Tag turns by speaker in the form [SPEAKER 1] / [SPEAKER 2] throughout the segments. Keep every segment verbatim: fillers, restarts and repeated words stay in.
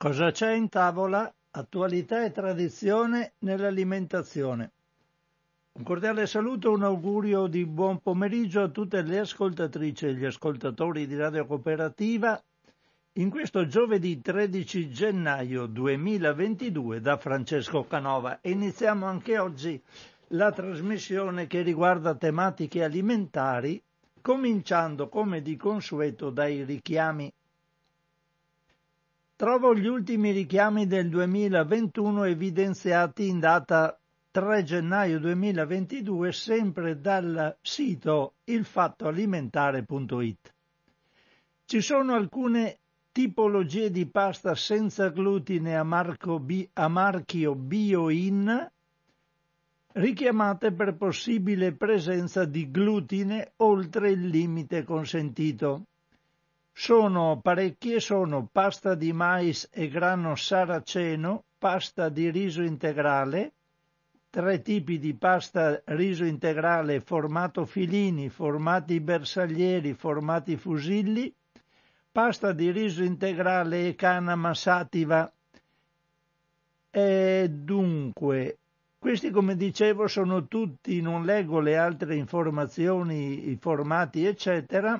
[SPEAKER 1] Cosa c'è in tavola? Attualità e tradizione nell'alimentazione. Un cordiale saluto, un augurio di buon pomeriggio a tutte le ascoltatrici e gli ascoltatori di Radio Cooperativa in questo giovedì tredici gennaio duemilaventidue da Francesco Canova. E iniziamo anche oggi la trasmissione che riguarda tematiche alimentari, cominciando come di consueto dai richiami. Trovo gli ultimi richiami del duemilaventuno evidenziati in data tre gennaio duemilaventidue sempre dal sito ilfattoalimentare punto it. Ci sono alcune tipologie di pasta senza glutine a, marco bi, a marchio Bioin richiamate per possibile presenza di glutine oltre il limite consentito. Sono parecchie, sono pasta di mais e grano saraceno, pasta di riso integrale, tre tipi di pasta riso integrale, formato filini, formati bersaglieri, formati fusilli, pasta di riso integrale e canna massativa. E dunque, questi come dicevo sono tutti, non leggo le altre informazioni, i formati eccetera,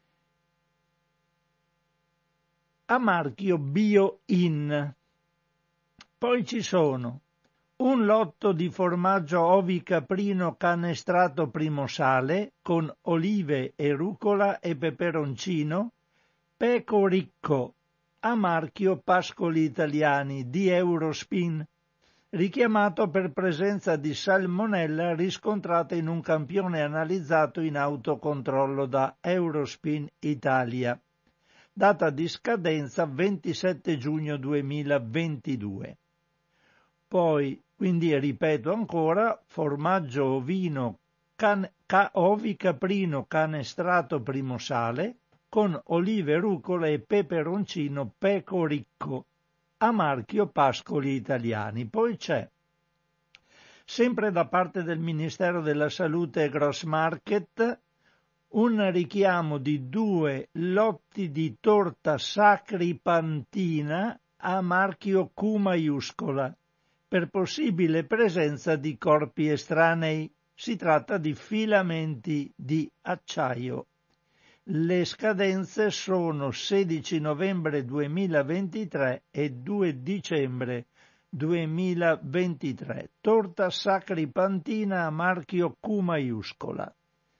[SPEAKER 1] a marchio Bioin. Poi ci sono un lotto di formaggio ovicaprino canestrato primosale con olive e rucola e peperoncino, Pecoricco, a marchio Pascoli Italiani di Eurospin, richiamato per presenza di salmonella riscontrata in un campione analizzato in autocontrollo da Eurospin Italia. Data di scadenza ventisette giugno duemilaventidue. Poi, quindi ripeto ancora, formaggio ovino can, ca, ovicaprino canestrato primosale con olive, rucola e peperoncino Pecoricco, a marchio Pascoli Italiani. Poi c'è, sempre da parte del Ministero della Salute e Gross Market, un richiamo di due lotti di torta sacripantina a marchio Q maiuscola per possibile presenza di corpi estranei. Si tratta di filamenti di acciaio. Le scadenze sono sedici novembre duemilaventitré e due dicembre duemilaventitré. Torta sacripantina a marchio Q maiuscola.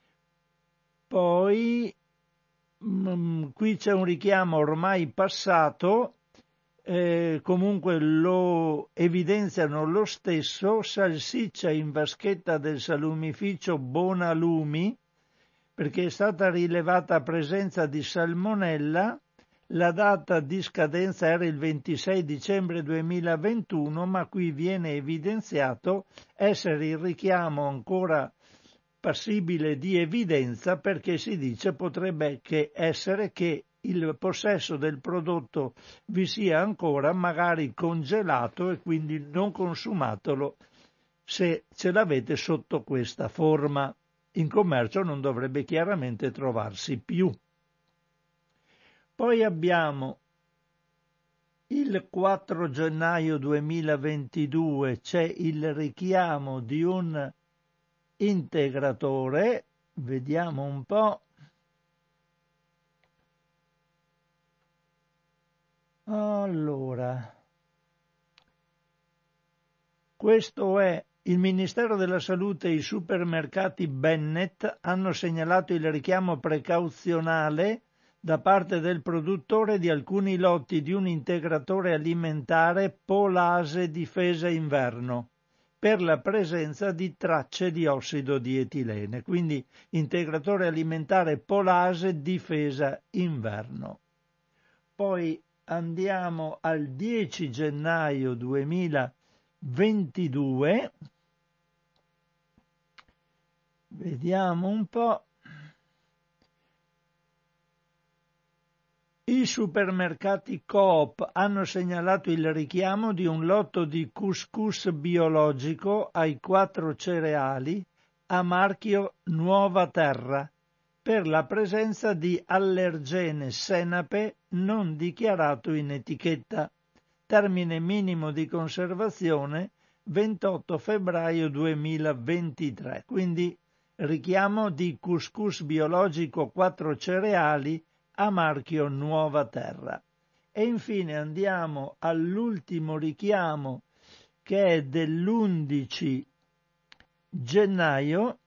[SPEAKER 1] Poi mh, qui c'è un richiamo ormai passato, eh, comunque lo evidenziano lo stesso, salsiccia in vaschetta del salumificio Bonalumi, perché è stata rilevata presenza di salmonella. La data di scadenza era il ventisei dicembre duemilaventuno, ma qui viene evidenziato essere il richiamo ancora passibile di evidenza, perché si dice potrebbe che essere che il possesso del prodotto vi sia ancora, magari congelato e quindi non consumatelo se ce l'avete sotto questa forma. In commercio non dovrebbe chiaramente trovarsi più. Poi abbiamo il quattro gennaio duemilaventidue, c'è il richiamo di un integratore, vediamo un po'. Allora, questo è il Ministero della Salute e i supermercati Bennett hanno segnalato il richiamo precauzionale da parte del produttore di alcuni lotti di un integratore alimentare Polase Difesa Inverno per la presenza di tracce di ossido di etilene, quindi integratore alimentare Polase Difesa Inverno. Poi andiamo al dieci gennaio duemilaventidue, vediamo un po'. I supermercati Coop hanno segnalato il richiamo di un lotto di couscous biologico ai quattro cereali a marchio Nuova Terra per la presenza di allergene senape non dichiarato in etichetta. termine minimo di conservazione ventotto febbraio duemilaventitré, quindi richiamo di couscous biologico quattro cereali a marchio Nuova Terra. E infine andiamo all'ultimo richiamo, che è dell'undici gennaio.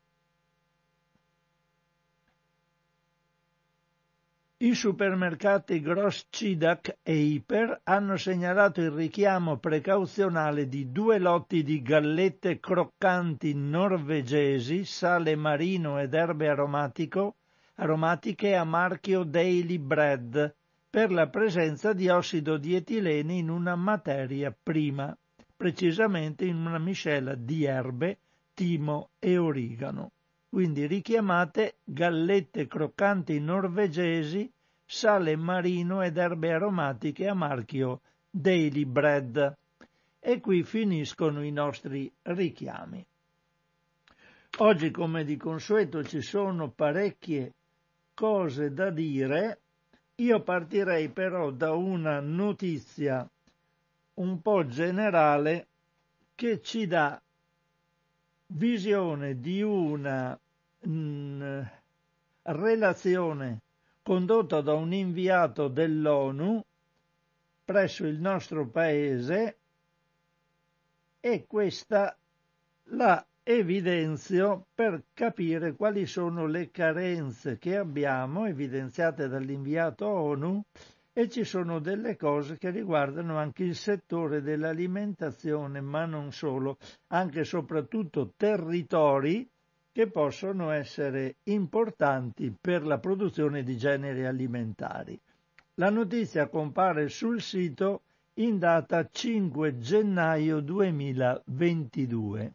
[SPEAKER 1] I supermercati Gross Cidak e Iper hanno segnalato il richiamo precauzionale di due lotti di gallette croccanti norvegesi, sale marino ed erbe aromatico, aromatiche a marchio Daily Bread per la presenza di ossido di etilene in una materia prima, precisamente in una miscela di erbe, timo e origano. Quindi richiamate gallette croccanti norvegesi, sale marino ed erbe aromatiche a marchio Daily Bread. E qui finiscono i nostri richiami. Oggi, come di consueto, ci sono parecchie cose da dire. Io partirei però da una notizia un po' generale che ci dà visione di una mh, relazione condotta da un inviato dell'ONU presso il nostro paese, e questa la evidenzio per capire quali sono le carenze che abbiamo evidenziate dall'inviato ONU, e ci sono delle cose che riguardano anche il settore dell'alimentazione, ma non solo, anche e soprattutto territori che possono essere importanti per la produzione di generi alimentari. La notizia compare sul sito in data cinque gennaio duemilaventidue.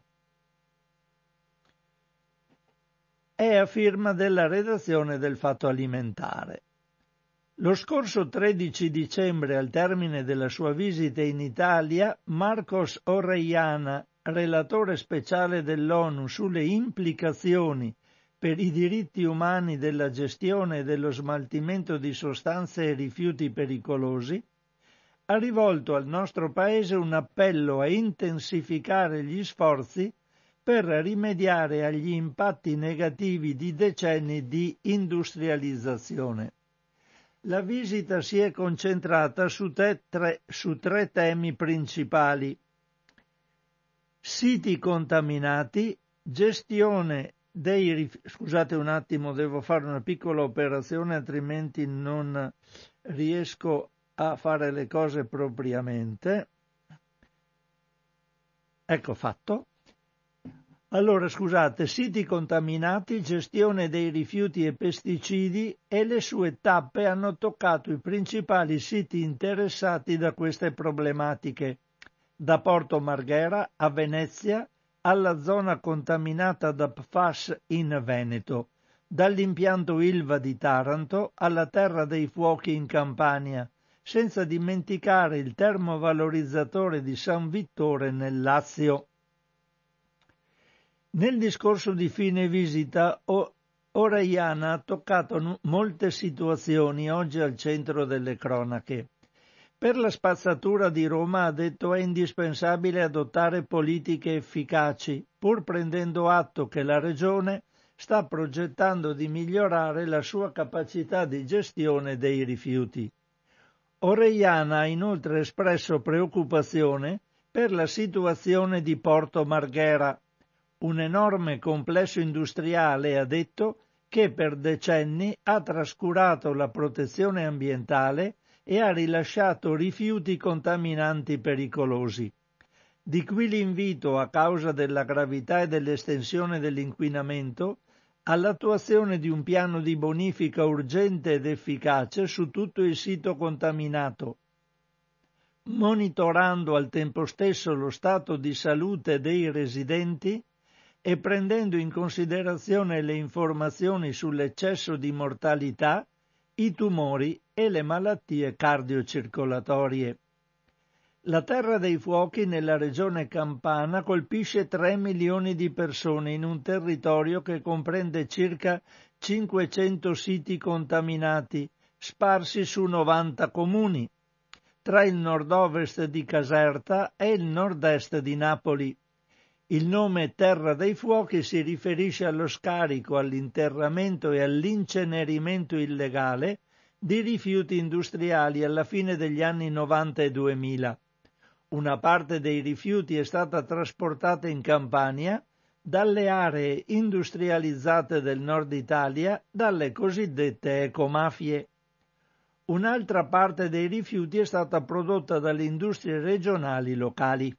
[SPEAKER 1] È a firma della redazione del Fatto Alimentare. Lo scorso tredici dicembre, al termine della sua visita in Italia, Marcos Orellana, relatore speciale dell'ONU sulle implicazioni per i diritti umani della gestione e dello smaltimento di sostanze e rifiuti pericolosi, ha rivolto al nostro Paese un appello a intensificare gli sforzi per rimediare agli impatti negativi di decenni di industrializzazione. La visita si è concentrata su, te, tre, su tre temi principali: siti contaminati, gestione dei rifiuti. Scusate un attimo, devo fare una piccola operazione, altrimenti non riesco a fare le cose propriamente. Ecco fatto. Allora, scusate, siti contaminati, gestione dei rifiuti e pesticidi, e le sue tappe hanno toccato i principali siti interessati da queste problematiche, da Porto Marghera a Venezia, alla zona contaminata da P F A S in Veneto, dall'impianto Ilva di Taranto alla Terra dei Fuochi in Campania, senza dimenticare il termovalorizzatore di San Vittore nel Lazio. Nel discorso di fine visita, Orellana ha toccato molte situazioni oggi al centro delle cronache. Per la spazzatura di Roma, ha detto, è indispensabile adottare politiche efficaci, pur prendendo atto che la Regione sta progettando di migliorare la sua capacità di gestione dei rifiuti. Orellana ha inoltre espresso preoccupazione per la situazione di Porto Marghera, un enorme complesso industriale, ha detto, che per decenni ha trascurato la protezione ambientale e ha rilasciato rifiuti contaminanti pericolosi. Di qui l'invito, a causa della gravità e dell'estensione dell'inquinamento, all'attuazione di un piano di bonifica urgente ed efficace su tutto il sito contaminato, monitorando al tempo stesso lo stato di salute dei residenti e prendendo in considerazione le informazioni sull'eccesso di mortalità, i tumori e le malattie cardiocircolatorie. La Terra dei Fuochi nella regione Campana colpisce tre milioni di persone in un territorio che comprende circa cinquecento siti contaminati, sparsi su novanta comuni. tra il nord-ovest di Caserta e il nord-est di Napoli. Il nome Terra dei Fuochi si riferisce allo scarico, all'interramento e all'incenerimento illegale di rifiuti industriali alla fine degli anni novanta e duemila. Una parte dei rifiuti è stata trasportata in Campania dalle aree industrializzate del nord Italia, dalle cosiddette ecomafie. Un'altra parte dei rifiuti è stata prodotta dalle industrie regionali locali.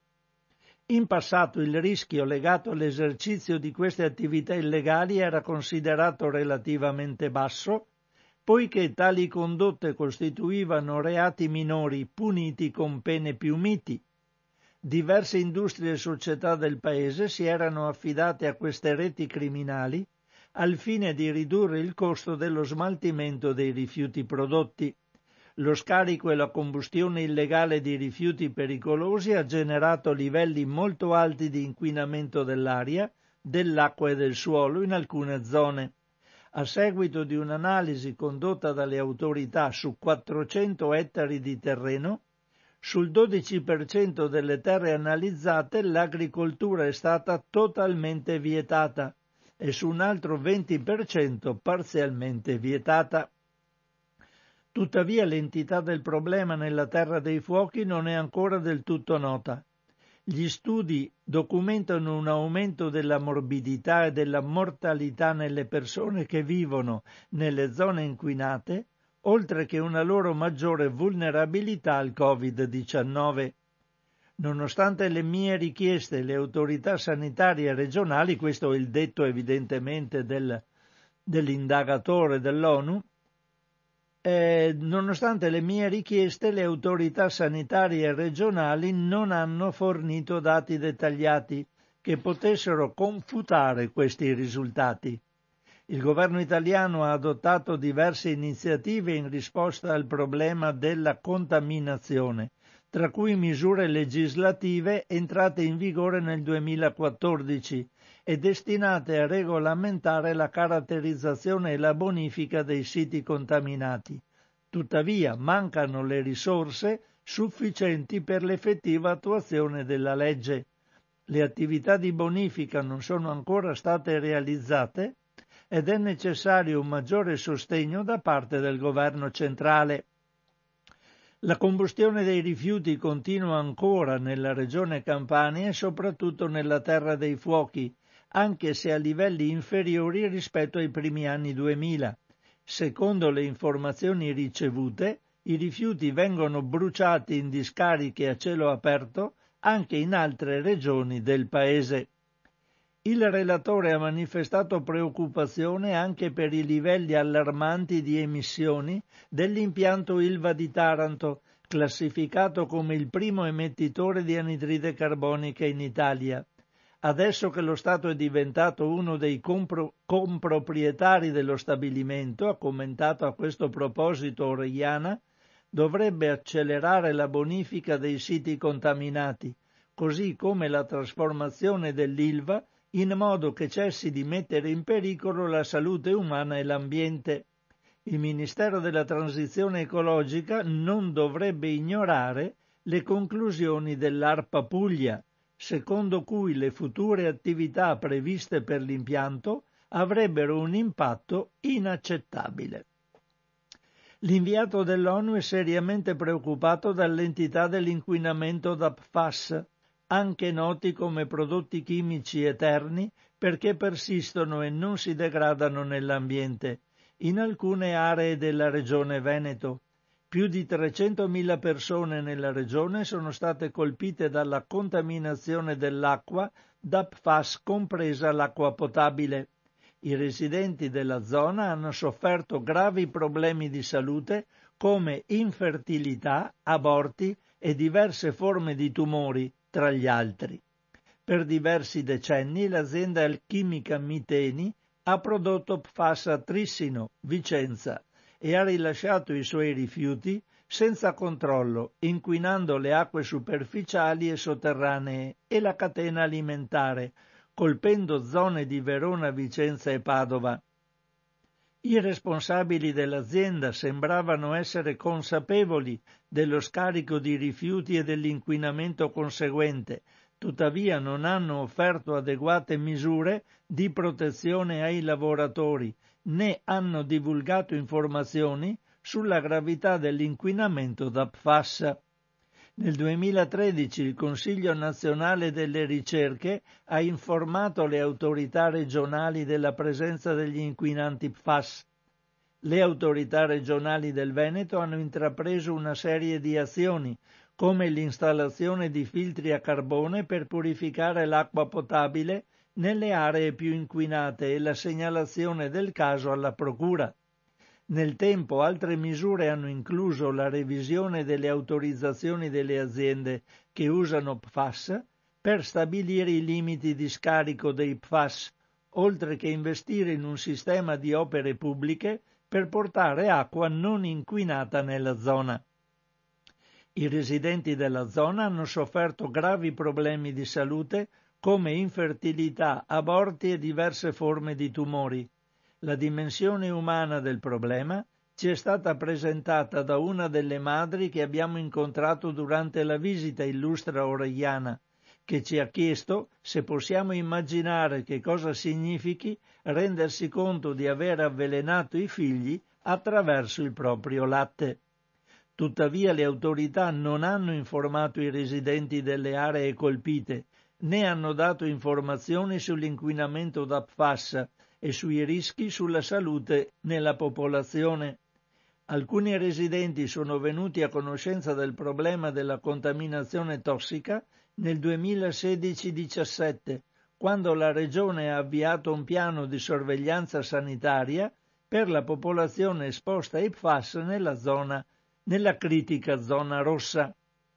[SPEAKER 1] In passato il rischio legato all'esercizio di queste attività illegali era considerato relativamente basso, poiché tali condotte costituivano reati minori puniti con pene più miti. Diverse industrie e società del paese si erano affidate a queste reti criminali al fine di ridurre il costo dello smaltimento dei rifiuti prodotti. Lo scarico e la combustione illegale di rifiuti pericolosi ha generato livelli molto alti di inquinamento dell'aria, dell'acqua e del suolo in alcune zone. A seguito di un'analisi condotta dalle autorità su quattrocento ettari di terreno, sul dodici per cento delle terre analizzate l'agricoltura è stata totalmente vietata e su un altro venti per cento parzialmente vietata. Tuttavia l'entità del problema nella Terra dei Fuochi non è ancora del tutto nota. Gli studi documentano un aumento della morbidità e della mortalità nelle persone che vivono nelle zone inquinate, oltre che una loro maggiore vulnerabilità al covid diciannove. Nonostante le mie richieste, le autorità sanitarie regionali, questo è il detto evidentemente del, dell'indagatore dell'ONU, Eh, nonostante le mie richieste, le autorità sanitarie regionali non hanno fornito dati dettagliati che potessero confutare questi risultati. Il governo italiano ha adottato diverse iniziative in risposta al problema della contaminazione, tra cui misure legislative entrate in vigore nel duemilaquattordici e destinate a regolamentare la caratterizzazione e la bonifica dei siti contaminati. Tuttavia mancano le risorse sufficienti per l'effettiva attuazione della legge. Le attività di bonifica non sono ancora state realizzate ed è necessario un maggiore sostegno da parte del governo centrale. La combustione dei rifiuti continua ancora nella regione Campania e soprattutto nella Terra dei Fuochi, anche se a livelli inferiori rispetto ai primi anni duemila. Secondo le informazioni ricevute, i rifiuti vengono bruciati in discariche a cielo aperto anche in altre regioni del paese. Il relatore ha manifestato preoccupazione anche per i livelli allarmanti di emissioni dell'impianto Ilva di Taranto, classificato come il primo emettitore di anidride carbonica in Italia. Adesso che lo Stato è diventato uno dei compro- comproprietari dello stabilimento, ha commentato a questo proposito Orellana, dovrebbe accelerare la bonifica dei siti contaminati, così come la trasformazione dell'Ilva, in modo che cessi di mettere in pericolo la salute umana e l'ambiente. Il Ministero della Transizione Ecologica non dovrebbe ignorare le conclusioni dell'ARPA Puglia, secondo cui le future attività previste per l'impianto avrebbero un impatto inaccettabile. L'inviato dell'ONU è seriamente preoccupato dall'entità dell'inquinamento da P F A S, anche noti come prodotti chimici eterni, perché persistono e non si degradano nell'ambiente, in alcune aree della regione Veneto. Più di trecentomila persone nella regione sono state colpite dalla contaminazione dell'acqua da P F A S, compresa l'acqua potabile. I residenti della zona hanno sofferto gravi problemi di salute come infertilità, aborti e diverse forme di tumori, tra gli altri. Per diversi decenni l'azienda alchimica Miteni ha prodotto P F A S a Trissino, Vicenza, e ha rilasciato i suoi rifiuti senza controllo, inquinando le acque superficiali e sotterranee e la catena alimentare, colpendo zone di Verona, Vicenza e Padova. I responsabili dell'azienda sembravano essere consapevoli dello scarico di rifiuti e dell'inquinamento conseguente, tuttavia non hanno offerto adeguate misure di protezione ai lavoratori, né hanno divulgato informazioni sulla gravità dell'inquinamento da P F A S. Nel duemilatredici il Consiglio nazionale delle ricerche ha informato le autorità regionali della presenza degli inquinanti P F A S. Le autorità regionali del Veneto hanno intrapreso una serie di azioni, come l'installazione di filtri a carbone per purificare l'acqua potabile nelle aree più inquinate e la segnalazione del caso alla Procura. Nel tempo altre misure hanno incluso la revisione delle autorizzazioni delle aziende che usano P F A S per stabilire i limiti di scarico dei P F A S, oltre che investire in un sistema di opere pubbliche per portare acqua non inquinata nella zona. I residenti della zona hanno sofferto gravi problemi di salute come infertilità, aborti e diverse forme di tumori. La dimensione umana del problema ci è stata presentata da una delle madri che abbiamo incontrato durante la visita illustra Orellana, che ci ha chiesto se possiamo immaginare che cosa significhi rendersi conto di aver avvelenato i figli attraverso il proprio latte. Tuttavia le autorità non hanno informato i residenti delle aree colpite, né hanno dato informazioni sull'inquinamento da P F A S e sui rischi sulla salute nella popolazione. Alcuni residenti sono venuti a conoscenza del problema della contaminazione tossica nel duemilasedici diciassette, quando la Regione ha avviato un piano di sorveglianza sanitaria per la popolazione esposta ai P F A S nella zona, nella critica zona rossa.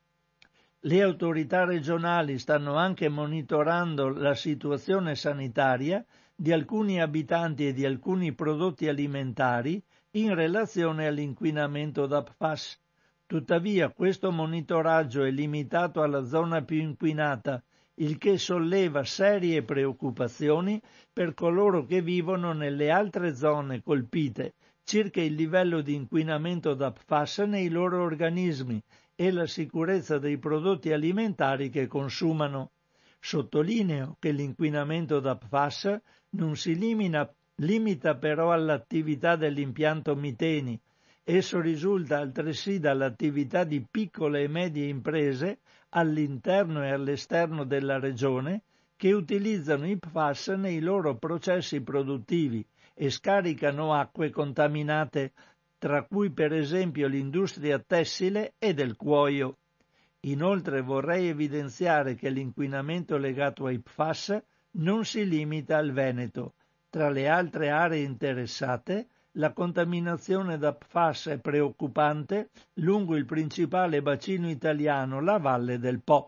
[SPEAKER 1] Le autorità regionali stanno anche monitorando la situazione sanitaria di alcuni abitanti e di alcuni prodotti alimentari in relazione all'inquinamento da P F A S. Tuttavia questo monitoraggio è limitato alla zona più inquinata, il che solleva serie preoccupazioni per coloro che vivono nelle altre zone colpite circa il livello di inquinamento da P F A S nei loro organismi e la sicurezza dei prodotti alimentari che consumano. Sottolineo che l'inquinamento da P F A S non si limita, limita però all'attività dell'impianto Miteni. Esso risulta altresì dall'attività di piccole e medie imprese all'interno e all'esterno della regione che utilizzano i P F A S nei loro processi produttivi e scaricano acque contaminate, tra cui per esempio l'industria tessile e del cuoio. Inoltre vorrei evidenziare che l'inquinamento legato ai P F A S non si limita al Veneto. Tra le altre aree interessate, la contaminazione da P F A S è preoccupante lungo il principale bacino italiano, la Valle del Po.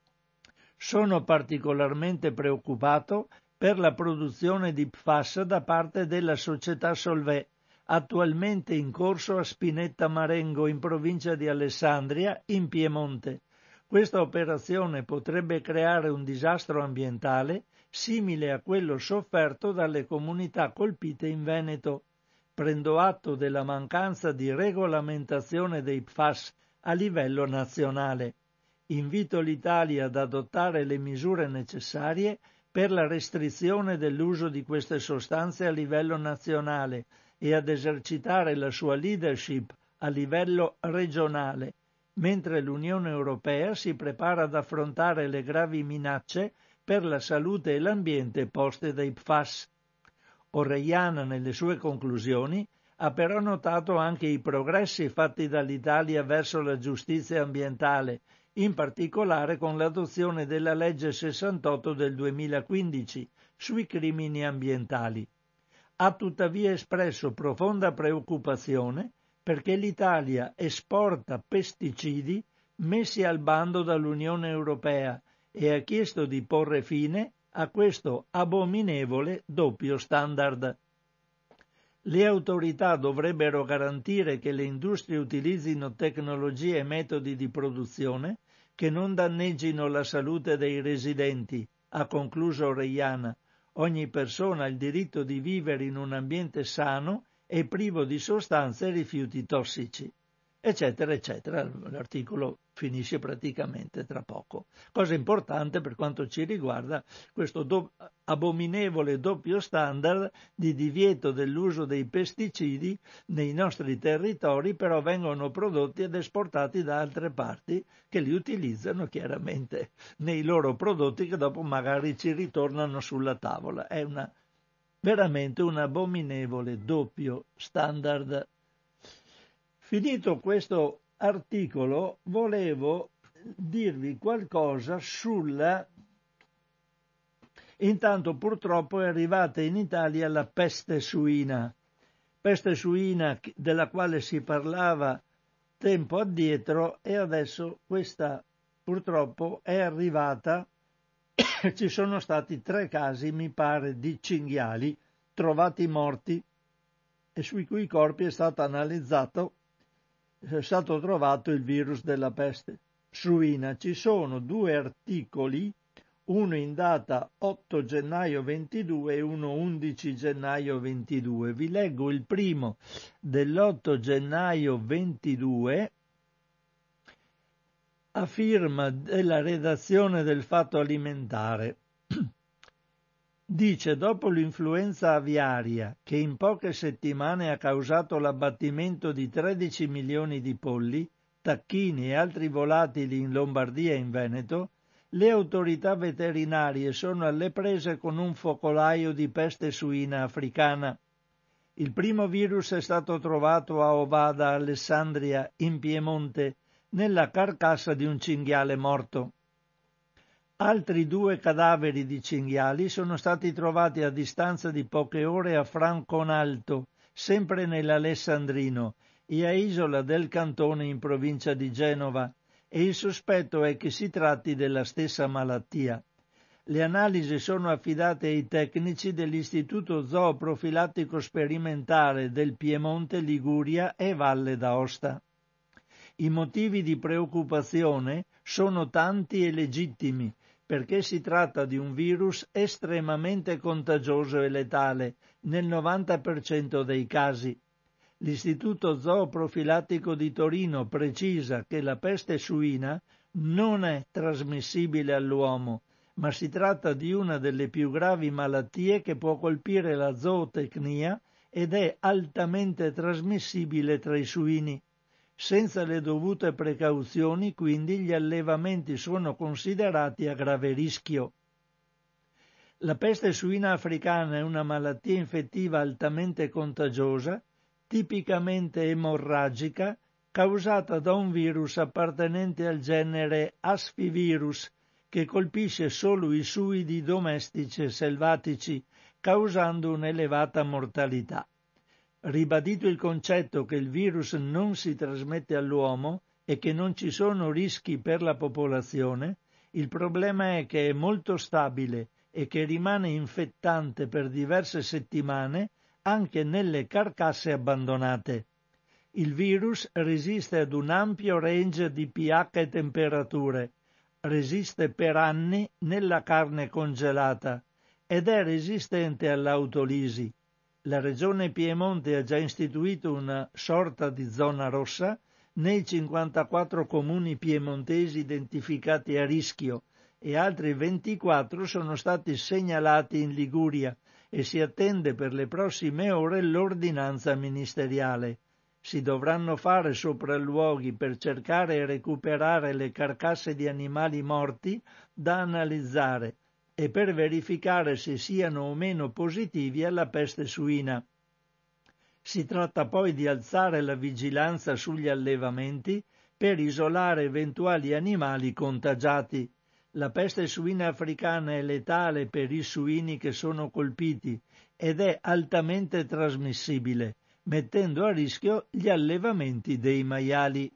[SPEAKER 1] Sono particolarmente preoccupato per la produzione di P F A S da parte della società Solvay, attualmente in corso a Spinetta Marengo in provincia di Alessandria, in Piemonte. Questa operazione potrebbe creare un disastro ambientale simile a quello sofferto dalle comunità colpite in Veneto. Prendo atto della mancanza di regolamentazione dei P F A S a livello nazionale. Invito l'Italia ad adottare le misure necessarie per la restrizione dell'uso di queste sostanze a livello nazionale e ad esercitare la sua leadership a livello regionale, mentre l'Unione Europea si prepara ad affrontare le gravi minacce per la salute e l'ambiente poste dai P F A S. Orellana, nelle sue conclusioni, ha però notato anche i progressi fatti dall'Italia verso la giustizia ambientale, in particolare con l'adozione della legge sessantotto del duemilaquindici sui crimini ambientali. Ha tuttavia espresso profonda preoccupazione perché l'Italia esporta pesticidi messi al bando dall'Unione Europea e ha chiesto di porre fine a questo abominevole doppio standard. Le autorità dovrebbero garantire che le industrie utilizzino tecnologie e metodi di produzione che non danneggino la salute dei residenti, ha concluso Orellana. Ogni persona ha il diritto di vivere in un ambiente sano e privo di sostanze e rifiuti tossici, eccetera, eccetera. L'articolo finisce praticamente tra poco. Cosa importante per quanto ci riguarda, questo do- abominevole doppio standard di divieto dell'uso dei pesticidi nei nostri territori, però vengono prodotti ed esportati da altre parti che li utilizzano chiaramente nei loro prodotti che dopo magari ci ritornano sulla tavola. È una, veramente un abominevole doppio standard. Finito questo articolo, volevo dirvi qualcosa sulla... Intanto purtroppo è arrivata in Italia la peste suina, peste suina della quale si parlava tempo addietro, e adesso questa purtroppo è arrivata. Ci sono stati tre casi, mi pare, di cinghiali trovati morti e sui cui corpi è stato analizzato, è stato trovato il virus della peste suina. Ci sono due articoli, uno in data otto gennaio ventidue e uno undici gennaio ventidue. Vi leggo il primo dell'otto gennaio ventidue, a firma della redazione del Fatto Alimentare. Dice: dopo l'influenza aviaria, che in poche settimane ha causato l'abbattimento di tredici milioni di polli, tacchini e altri volatili in Lombardia e in Veneto, le autorità veterinarie sono alle prese con un focolaio di peste suina africana. Il primo virus è stato trovato a Ovada, Alessandria, in Piemonte, nella carcassa di un cinghiale morto. Altri due cadaveri di cinghiali sono stati trovati a distanza di poche ore a Franconalto, sempre nell'Alessandrino, e a Isola del Cantone in provincia di Genova, e il sospetto è che si tratti della stessa malattia. Le analisi sono affidate ai tecnici dell'Istituto Zooprofilattico Sperimentale del Piemonte, Liguria e Valle d'Aosta. I motivi di preoccupazione sono tanti e legittimi, perché si tratta di un virus estremamente contagioso e letale, nel novanta per cento dei casi. L'Istituto Zooprofilattico di Torino precisa che la peste suina non è trasmissibile all'uomo, ma si tratta di una delle più gravi malattie che può colpire la zootecnia ed è altamente trasmissibile tra i suini. Senza le dovute precauzioni, quindi, gli allevamenti sono considerati a grave rischio. La peste suina africana è una malattia infettiva altamente contagiosa, tipicamente emorragica, causata da un virus appartenente al genere Asfivirus, che colpisce solo i suini domestici e selvatici, causando un'elevata mortalità. Ribadito il concetto che il virus non si trasmette all'uomo e che non ci sono rischi per la popolazione, il problema è che è molto stabile e che rimane infettante per diverse settimane anche nelle carcasse abbandonate. Il virus resiste ad un ampio range di pH e temperature, resiste per anni nella carne congelata ed è resistente all'autolisi. La regione Piemonte ha già istituito una sorta di zona rossa nei cinquantaquattro comuni piemontesi identificati a rischio e altri ventiquattro sono stati segnalati in Liguria e si attende per le prossime ore l'ordinanza ministeriale. Si dovranno fare sopralluoghi per cercare e recuperare le carcasse di animali morti da analizzare e per verificare se siano o meno positivi alla peste suina. Si tratta poi di alzare la vigilanza sugli allevamenti per isolare eventuali animali contagiati. La peste suina africana è letale per i suini che sono colpiti ed è altamente trasmissibile, mettendo a rischio gli allevamenti dei maiali.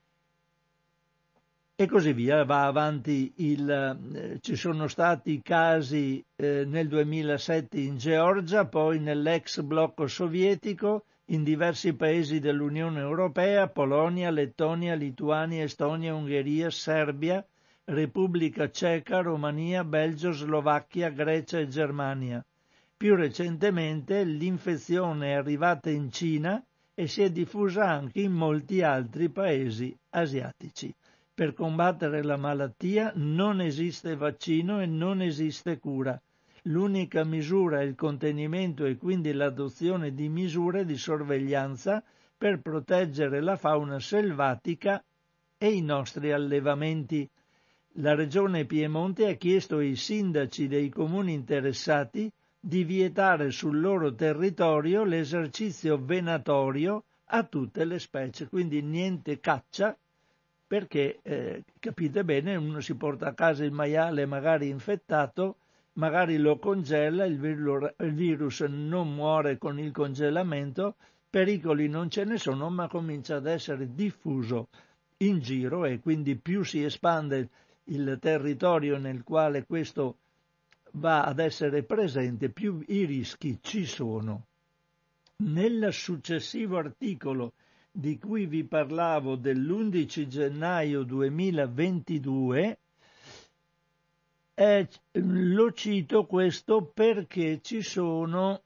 [SPEAKER 1] E così via, va avanti il, eh, ci sono stati casi eh, nel duemilasette in Georgia, poi nell'ex blocco sovietico, in diversi paesi dell'Unione Europea, Polonia, Lettonia, Lituania, Estonia, Ungheria, Serbia, Repubblica Ceca, Romania, Belgio, Slovacchia, Grecia e Germania. Più recentemente l'infezione è arrivata in Cina e si è diffusa anche in molti altri paesi asiatici. Per combattere la malattia non esiste vaccino e non esiste cura. L'unica misura è il contenimento e quindi l'adozione di misure di sorveglianza per proteggere la fauna selvatica e i nostri allevamenti. La Regione Piemonte ha chiesto ai sindaci dei comuni interessati di vietare sul loro territorio l'esercizio venatorio a tutte le specie, quindi niente caccia, perché eh, capite bene, uno si porta a casa il maiale magari infettato, magari lo congela, il virus, il virus non muore con il congelamento, pericoli non ce ne sono, ma comincia ad essere diffuso in giro e quindi più si espande il territorio nel quale questo va ad essere presente, più i rischi ci sono. Nel successivo articolo di cui vi parlavo dell'undici gennaio duemilaventidue, eh, lo cito questo perché ci sono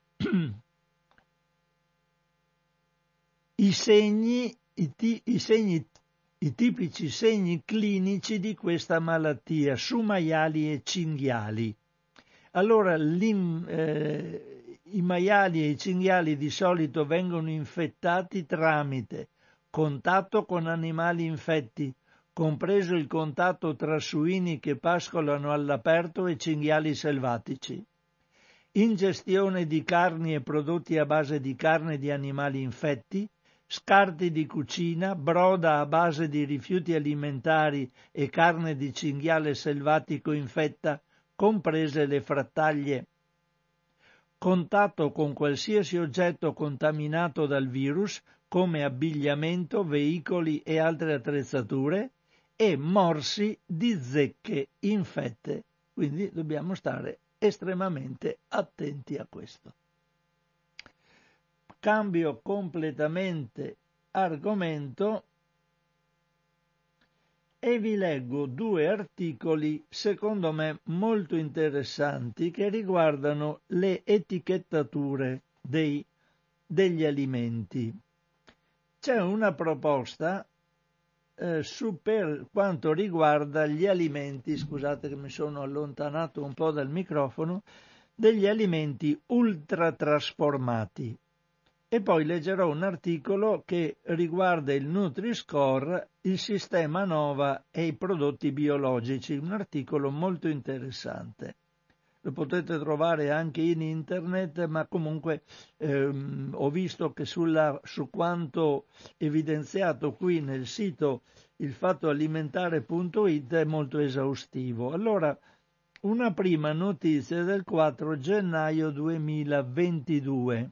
[SPEAKER 1] i segni, i, ti, i segni, i tipici segni clinici di questa malattia su maiali e cinghiali. Allora, eh, i maiali e i cinghiali di solito vengono infettati tramite contatto con animali infetti, compreso il contatto tra suini che pascolano all'aperto e cinghiali selvatici, ingestione di carni e prodotti a base di carne di animali infetti, scarti di cucina, broda a base di rifiuti alimentari e carne di cinghiale selvatico infetta, comprese le frattaglie, contatto con qualsiasi oggetto contaminato dal virus, come abbigliamento, veicoli e altre attrezzature, e morsi di zecche infette. Quindi dobbiamo stare estremamente attenti a questo. Cambio completamente argomento e vi leggo due articoli secondo me molto interessanti che riguardano le etichettature dei, degli alimenti. C'è una proposta eh, su per quanto riguarda gli alimenti, scusate che mi sono allontanato un po' dal microfono, degli alimenti ultratrasformati. E poi leggerò un articolo che riguarda il Nutri-Score, il sistema Nova e i prodotti biologici, un articolo molto interessante. Lo potete trovare anche in internet, ma comunque ehm, ho visto che sulla, su quanto evidenziato qui nel sito ilfattoalimentare punto it è molto esaustivo. Allora, una prima notizia del quattro gennaio duemilaventidue.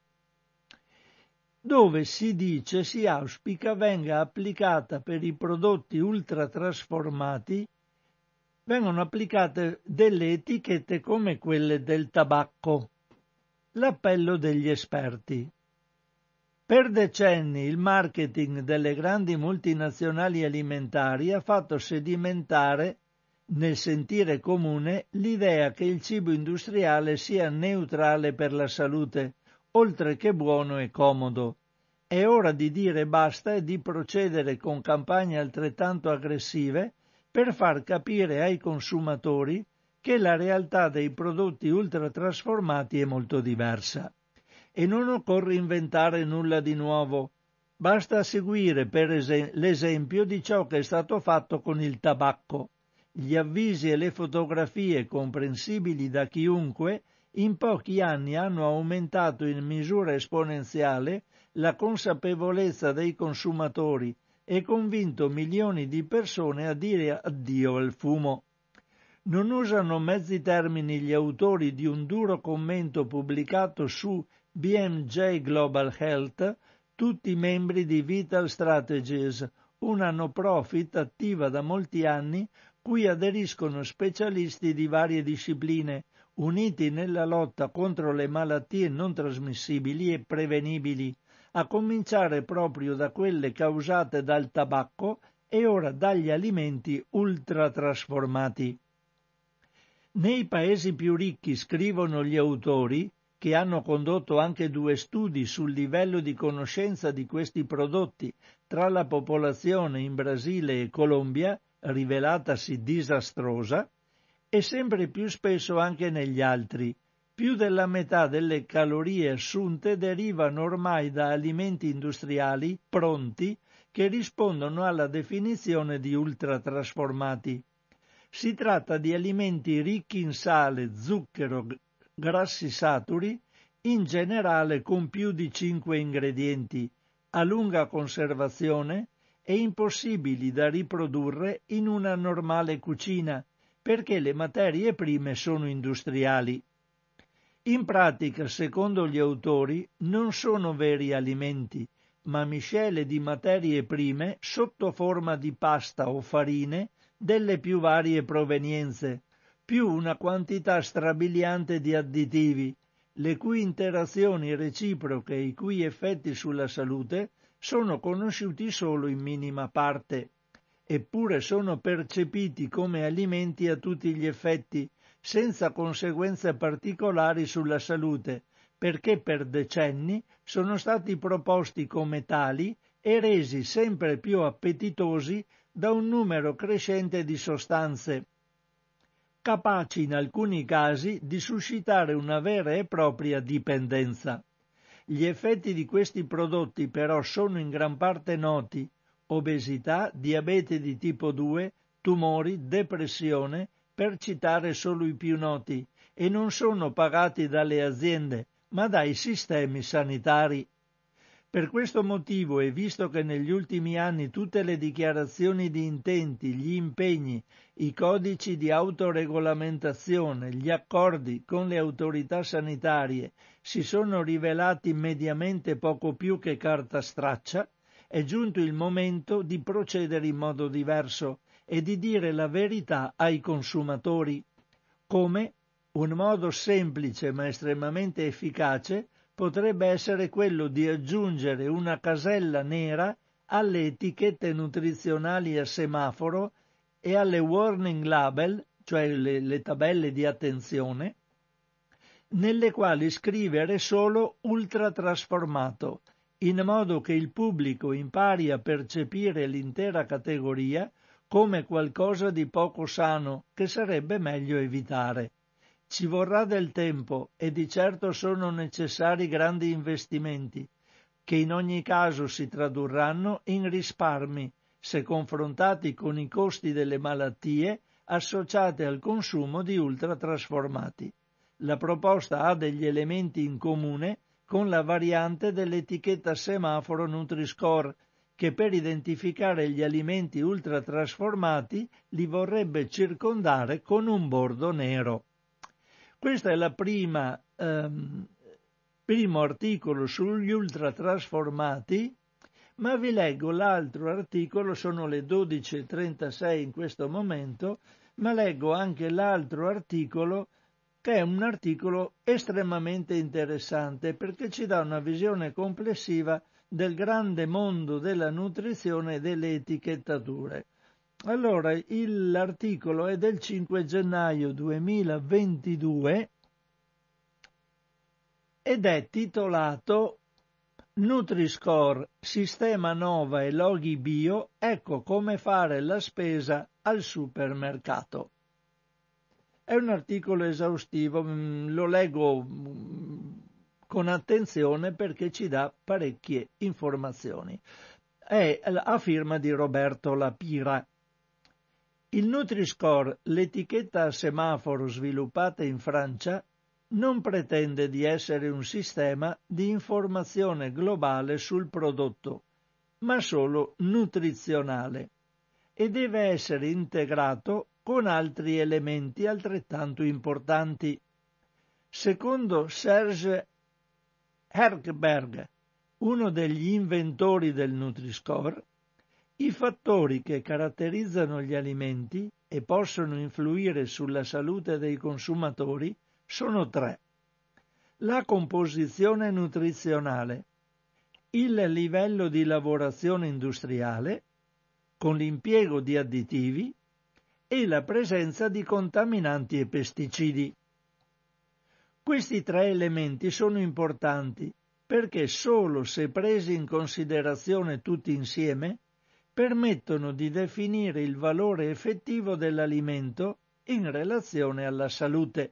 [SPEAKER 1] Dove si dice, si auspica, venga applicata per i prodotti ultratrasformati, vengono applicate delle etichette come quelle del tabacco. L'appello degli esperti. Per decenni il marketing delle grandi multinazionali alimentari ha fatto sedimentare nel sentire comune l'idea che il cibo industriale sia neutrale per la salute, oltre che buono e comodo. È ora di dire basta e di procedere con campagne altrettanto aggressive per far capire ai consumatori che la realtà dei prodotti ultratrasformati è molto diversa. E non occorre inventare nulla di nuovo. Basta seguire per es- l'esempio di ciò che è stato fatto con il tabacco. Gli avvisi e le fotografie comprensibili da chiunque in pochi anni hanno aumentato in misura esponenziale la consapevolezza dei consumatori e convinto milioni di persone a dire addio al fumo. Non usano mezzi termini gli autori di un duro commento pubblicato su B M J Global Health, tutti membri di Vital Strategies, una no profit attiva da molti anni cui aderiscono specialisti di varie discipline, uniti nella lotta contro le malattie non trasmissibili e prevenibili, a cominciare proprio da quelle causate dal tabacco e ora dagli alimenti ultratrasformati. Nei paesi più ricchi, scrivono gli autori, che hanno condotto anche due studi sul livello di conoscenza di questi prodotti tra la popolazione in Brasile e Colombia, rivelatasi disastrosa, e sempre più spesso anche negli altri. Più della metà delle calorie assunte derivano ormai da alimenti industriali pronti che rispondono alla definizione di ultratrasformati. Si tratta di alimenti ricchi in sale, zucchero, grassi saturi, in generale con più di cinque ingredienti, a lunga conservazione e impossibili da riprodurre in una normale cucina, perché le materie prime sono industriali. In pratica, secondo gli autori, non sono veri alimenti, ma miscele di materie prime sotto forma di pasta o farine delle più varie provenienze, più una quantità strabiliante di additivi, le cui interazioni reciproche e i cui effetti sulla salute sono conosciuti solo in minima parte, eppure sono percepiti come alimenti a tutti gli effetti, senza conseguenze particolari sulla salute, perché per decenni sono stati proposti come tali e resi sempre più appetitosi da un numero crescente di sostanze, capaci in alcuni casi di suscitare una vera e propria dipendenza. Gli effetti di questi prodotti però sono in gran parte noti: obesità, diabete di tipo due, tumori, depressione, per citare solo i più noti, e non sono pagati dalle aziende, ma dai sistemi sanitari. Per questo motivo, e visto che negli ultimi anni tutte le dichiarazioni di intenti, gli impegni, i codici di autoregolamentazione, gli accordi con le autorità sanitarie si sono rivelati mediamente poco più che carta straccia, è giunto il momento di procedere in modo diverso e di dire la verità ai consumatori. Come? Un modo semplice ma estremamente efficace potrebbe essere quello di aggiungere una casella nera alle etichette nutrizionali a semaforo e alle warning label, cioè le, le tabelle di attenzione, nelle quali scrivere solo ultratrasformato, in modo che il pubblico impari a percepire l'intera categoria come qualcosa di poco sano che sarebbe meglio evitare. Ci vorrà del tempo e di certo sono necessari grandi investimenti, che in ogni caso si tradurranno in risparmi se confrontati con i costi delle malattie associate al consumo di ultratrasformati. La proposta ha degli elementi in comune con la variante dell'etichetta semaforo Nutri-Score, che per identificare gli alimenti ultratrasformati li vorrebbe circondare con un bordo nero. Questo è la prima ehm, primo articolo sugli ultratrasformati, ma vi leggo l'altro articolo, sono le dodici e trentasei in questo momento, ma leggo anche l'altro articolo, che è un articolo estremamente interessante perché ci dà una visione complessiva del grande mondo della nutrizione e delle etichettature. Allora, il, l'articolo è del cinque gennaio duemilaventidue ed è titolato Nutri-Score, sistema Nova e loghi bio, ecco come fare la spesa al supermercato. È un articolo esaustivo, lo leggo con attenzione perché ci dà parecchie informazioni. È a firma di Roberto Lapira. Il Nutri-Score, l'etichetta a semaforo sviluppata in Francia, non pretende di essere un sistema di informazione globale sul prodotto, ma solo nutrizionale, e deve essere integrato con altri elementi altrettanto importanti. Secondo Serge Herkberg, uno degli inventori del Nutri-Score, i fattori che caratterizzano gli alimenti e possono influire sulla salute dei consumatori sono tre: la composizione nutrizionale, il livello di lavorazione industriale, con l'impiego di additivi, e la presenza di contaminanti e pesticidi. Questi tre elementi sono importanti perché solo se presi in considerazione tutti insieme permettono di definire il valore effettivo dell'alimento in relazione alla salute.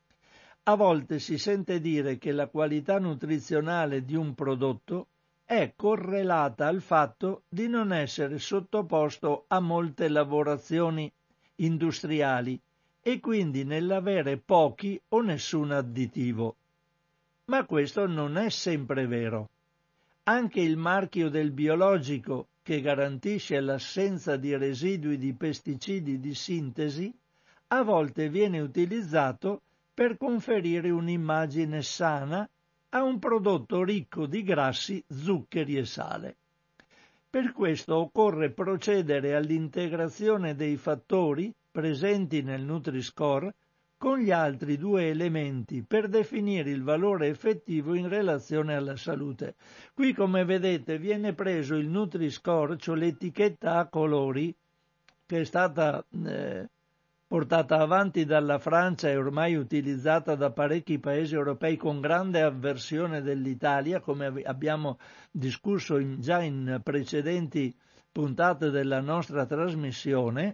[SPEAKER 1] A volte si sente dire che la qualità nutrizionale di un prodotto è correlata al fatto di non essere sottoposto a molte lavorazioni industriali e quindi nell'avere pochi o nessun additivo. Ma questo non è sempre vero. Anche il marchio del biologico, che garantisce l'assenza di residui di pesticidi di sintesi, a volte viene utilizzato per conferire un'immagine sana a un prodotto ricco di grassi, zuccheri e sale. Per questo occorre procedere all'integrazione dei fattori presenti nel Nutri-Score con gli altri due elementi per definire il valore effettivo in relazione alla salute. Qui, come vedete, viene preso il Nutri-Score, cioè l'etichetta a colori, che è stata eh, portata avanti dalla Francia e ormai utilizzata da parecchi paesi europei con grande avversione dell'Italia, come abbiamo discusso in, già in precedenti puntate della nostra trasmissione.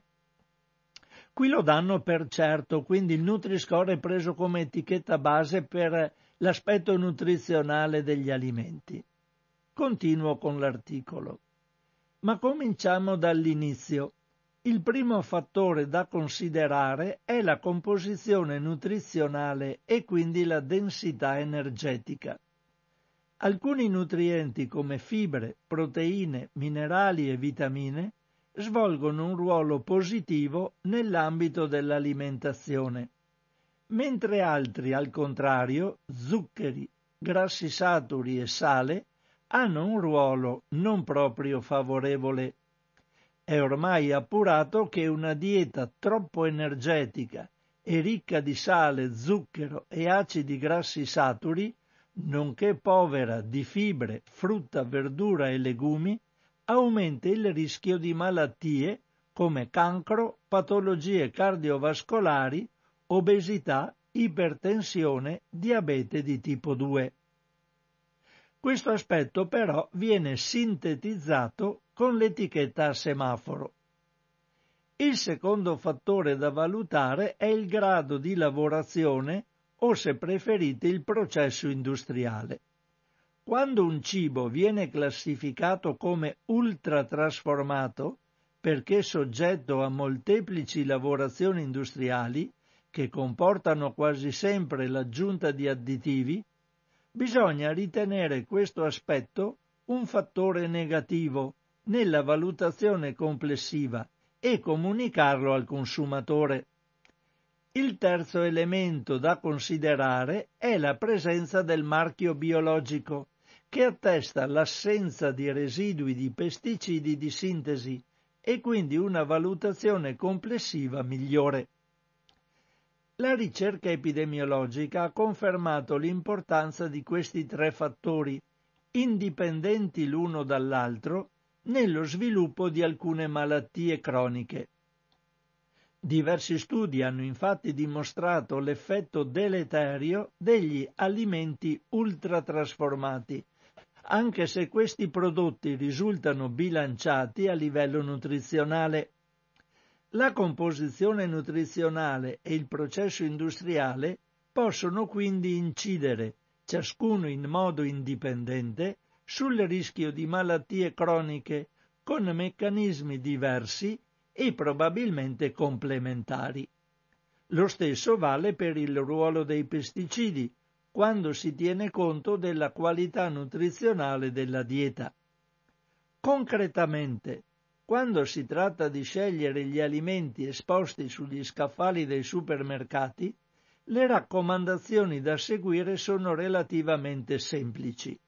[SPEAKER 1] Qui lo danno per certo, quindi il Nutri-Score è preso come etichetta base per l'aspetto nutrizionale degli alimenti. Continuo con l'articolo. Ma cominciamo dall'inizio. Il primo fattore da considerare è la composizione nutrizionale e quindi la densità energetica. Alcuni nutrienti come fibre, proteine, minerali e vitamine svolgono un ruolo positivo nell'ambito dell'alimentazione, mentre altri, al contrario, zuccheri, grassi saturi e sale, hanno un ruolo non proprio favorevole. È ormai appurato che una dieta troppo energetica e ricca di sale, zucchero e acidi grassi saturi, nonché povera di fibre, frutta, verdura e legumi, aumenta il rischio di malattie come cancro, patologie cardiovascolari, obesità, ipertensione, diabete di tipo due. Questo aspetto però viene sintetizzato con l'etichetta a semaforo. Il secondo fattore da valutare è il grado di lavorazione o, se preferite, il processo industriale. Quando un cibo viene classificato come ultratrasformato, perché soggetto a molteplici lavorazioni industriali, che comportano quasi sempre l'aggiunta di additivi, bisogna ritenere questo aspetto un fattore negativo nella valutazione complessiva e comunicarlo al consumatore. Il terzo elemento da considerare è la presenza del marchio biologico, che attesta l'assenza di residui di pesticidi di sintesi e quindi una valutazione complessiva migliore. La ricerca epidemiologica ha confermato l'importanza di questi tre fattori, indipendenti l'uno dall'altro, nello sviluppo di alcune malattie croniche. Diversi studi hanno infatti dimostrato l'effetto deleterio degli alimenti ultratrasformati, anche se questi prodotti risultano bilanciati a livello nutrizionale. La composizione nutrizionale e il processo industriale possono quindi incidere, ciascuno in modo indipendente, sul rischio di malattie croniche con meccanismi diversi e probabilmente complementari. Lo stesso vale per il ruolo dei pesticidi, quando si tiene conto della qualità nutrizionale della dieta. Concretamente, quando si tratta di scegliere gli alimenti esposti sugli scaffali dei supermercati, le raccomandazioni da seguire sono relativamente semplici.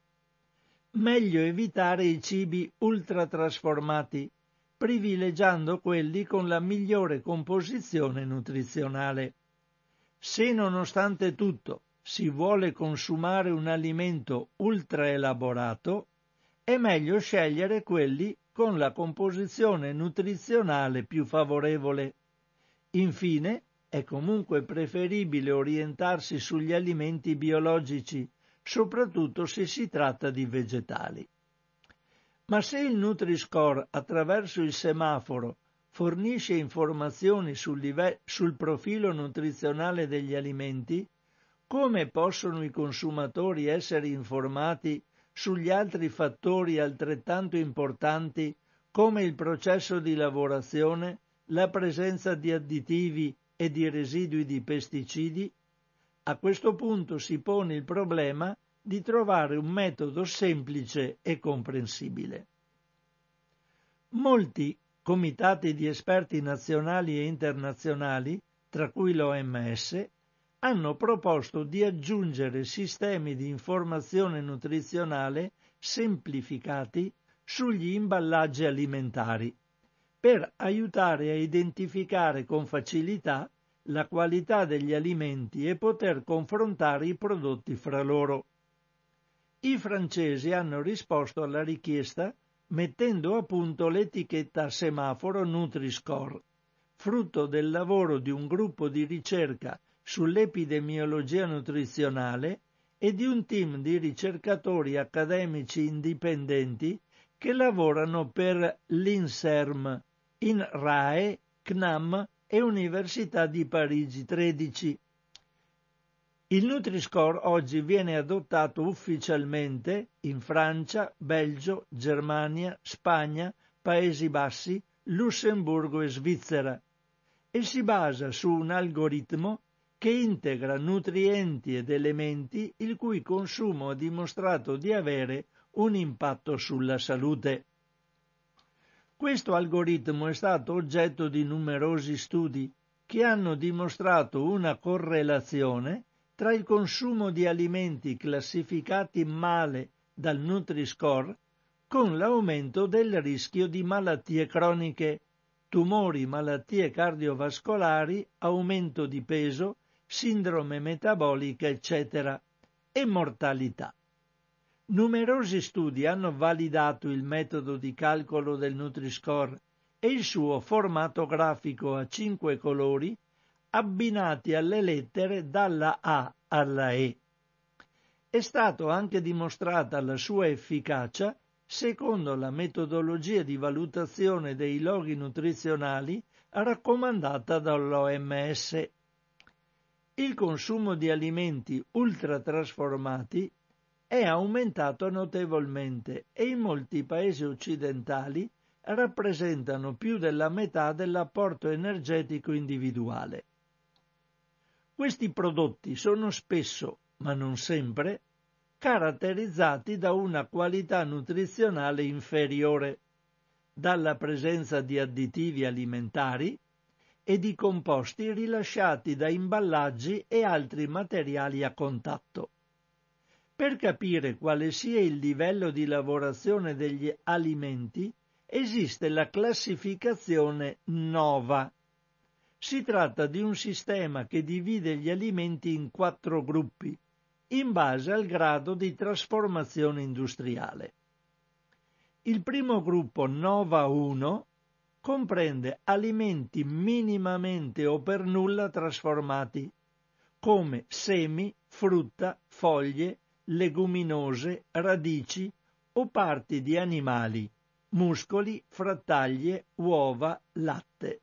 [SPEAKER 1] Meglio evitare i cibi ultratrasformati, privilegiando quelli con la migliore composizione nutrizionale. Se nonostante tutto si vuole consumare un alimento ultraelaborato, è meglio scegliere quelli con la composizione nutrizionale più favorevole. Infine, è comunque preferibile orientarsi sugli alimenti biologici, soprattutto se si tratta di vegetali. Ma se il Nutri-Score attraverso il semaforo fornisce informazioni sul, live- sul profilo nutrizionale degli alimenti, come possono i consumatori essere informati sugli altri fattori altrettanto importanti come il processo di lavorazione, la presenza di additivi e di residui di pesticidi? A questo punto si pone il problema di trovare un metodo semplice e comprensibile. Molti comitati di esperti nazionali e internazionali, tra cui l'O M S, hanno proposto di aggiungere sistemi di informazione nutrizionale semplificati sugli imballaggi alimentari, per aiutare a identificare con facilità la qualità degli alimenti e poter confrontare i prodotti fra loro. I francesi hanno risposto alla richiesta mettendo a punto l'etichetta a semaforo Nutri-Score, frutto del lavoro di un gruppo di ricerca sull'epidemiologia nutrizionale e di un team di ricercatori accademici indipendenti che lavorano per l'INSERM, INRAE, C N A M e Università di Parigi tredici. Il Nutri-Score oggi viene adottato ufficialmente in Francia, Belgio, Germania, Spagna, Paesi Bassi, Lussemburgo e Svizzera e si basa su un algoritmo che integra nutrienti ed elementi il cui consumo ha dimostrato di avere un impatto sulla salute. Questo algoritmo è stato oggetto di numerosi studi che hanno dimostrato una correlazione tra il consumo di alimenti classificati male dal Nutri-Score con l'aumento del rischio di malattie croniche, tumori, malattie cardiovascolari, aumento di peso, sindrome metabolica, eccetera, e mortalità. Numerosi studi hanno validato il metodo di calcolo del Nutri-Score e il suo formato grafico a cinque colori abbinati alle lettere dalla A alla E. È stato anche dimostrata la sua efficacia secondo la metodologia di valutazione dei loghi nutrizionali raccomandata dall'O M S. Il consumo di alimenti ultratrasformati è aumentato notevolmente e in molti paesi occidentali rappresentano più della metà dell'apporto energetico individuale. Questi prodotti sono spesso, ma non sempre, caratterizzati da una qualità nutrizionale inferiore, dalla presenza di additivi alimentari e di composti rilasciati da imballaggi e altri materiali a contatto. Per capire quale sia il livello di lavorazione degli alimenti, esiste la classificazione NOVA. Si tratta di un sistema che divide gli alimenti in quattro gruppi, in base al grado di trasformazione industriale. Il primo gruppo, NOVA uno, comprende alimenti minimamente o per nulla trasformati, come semi, frutta, foglie, leguminose, radici o parti di animali, muscoli, frattaglie, uova, latte.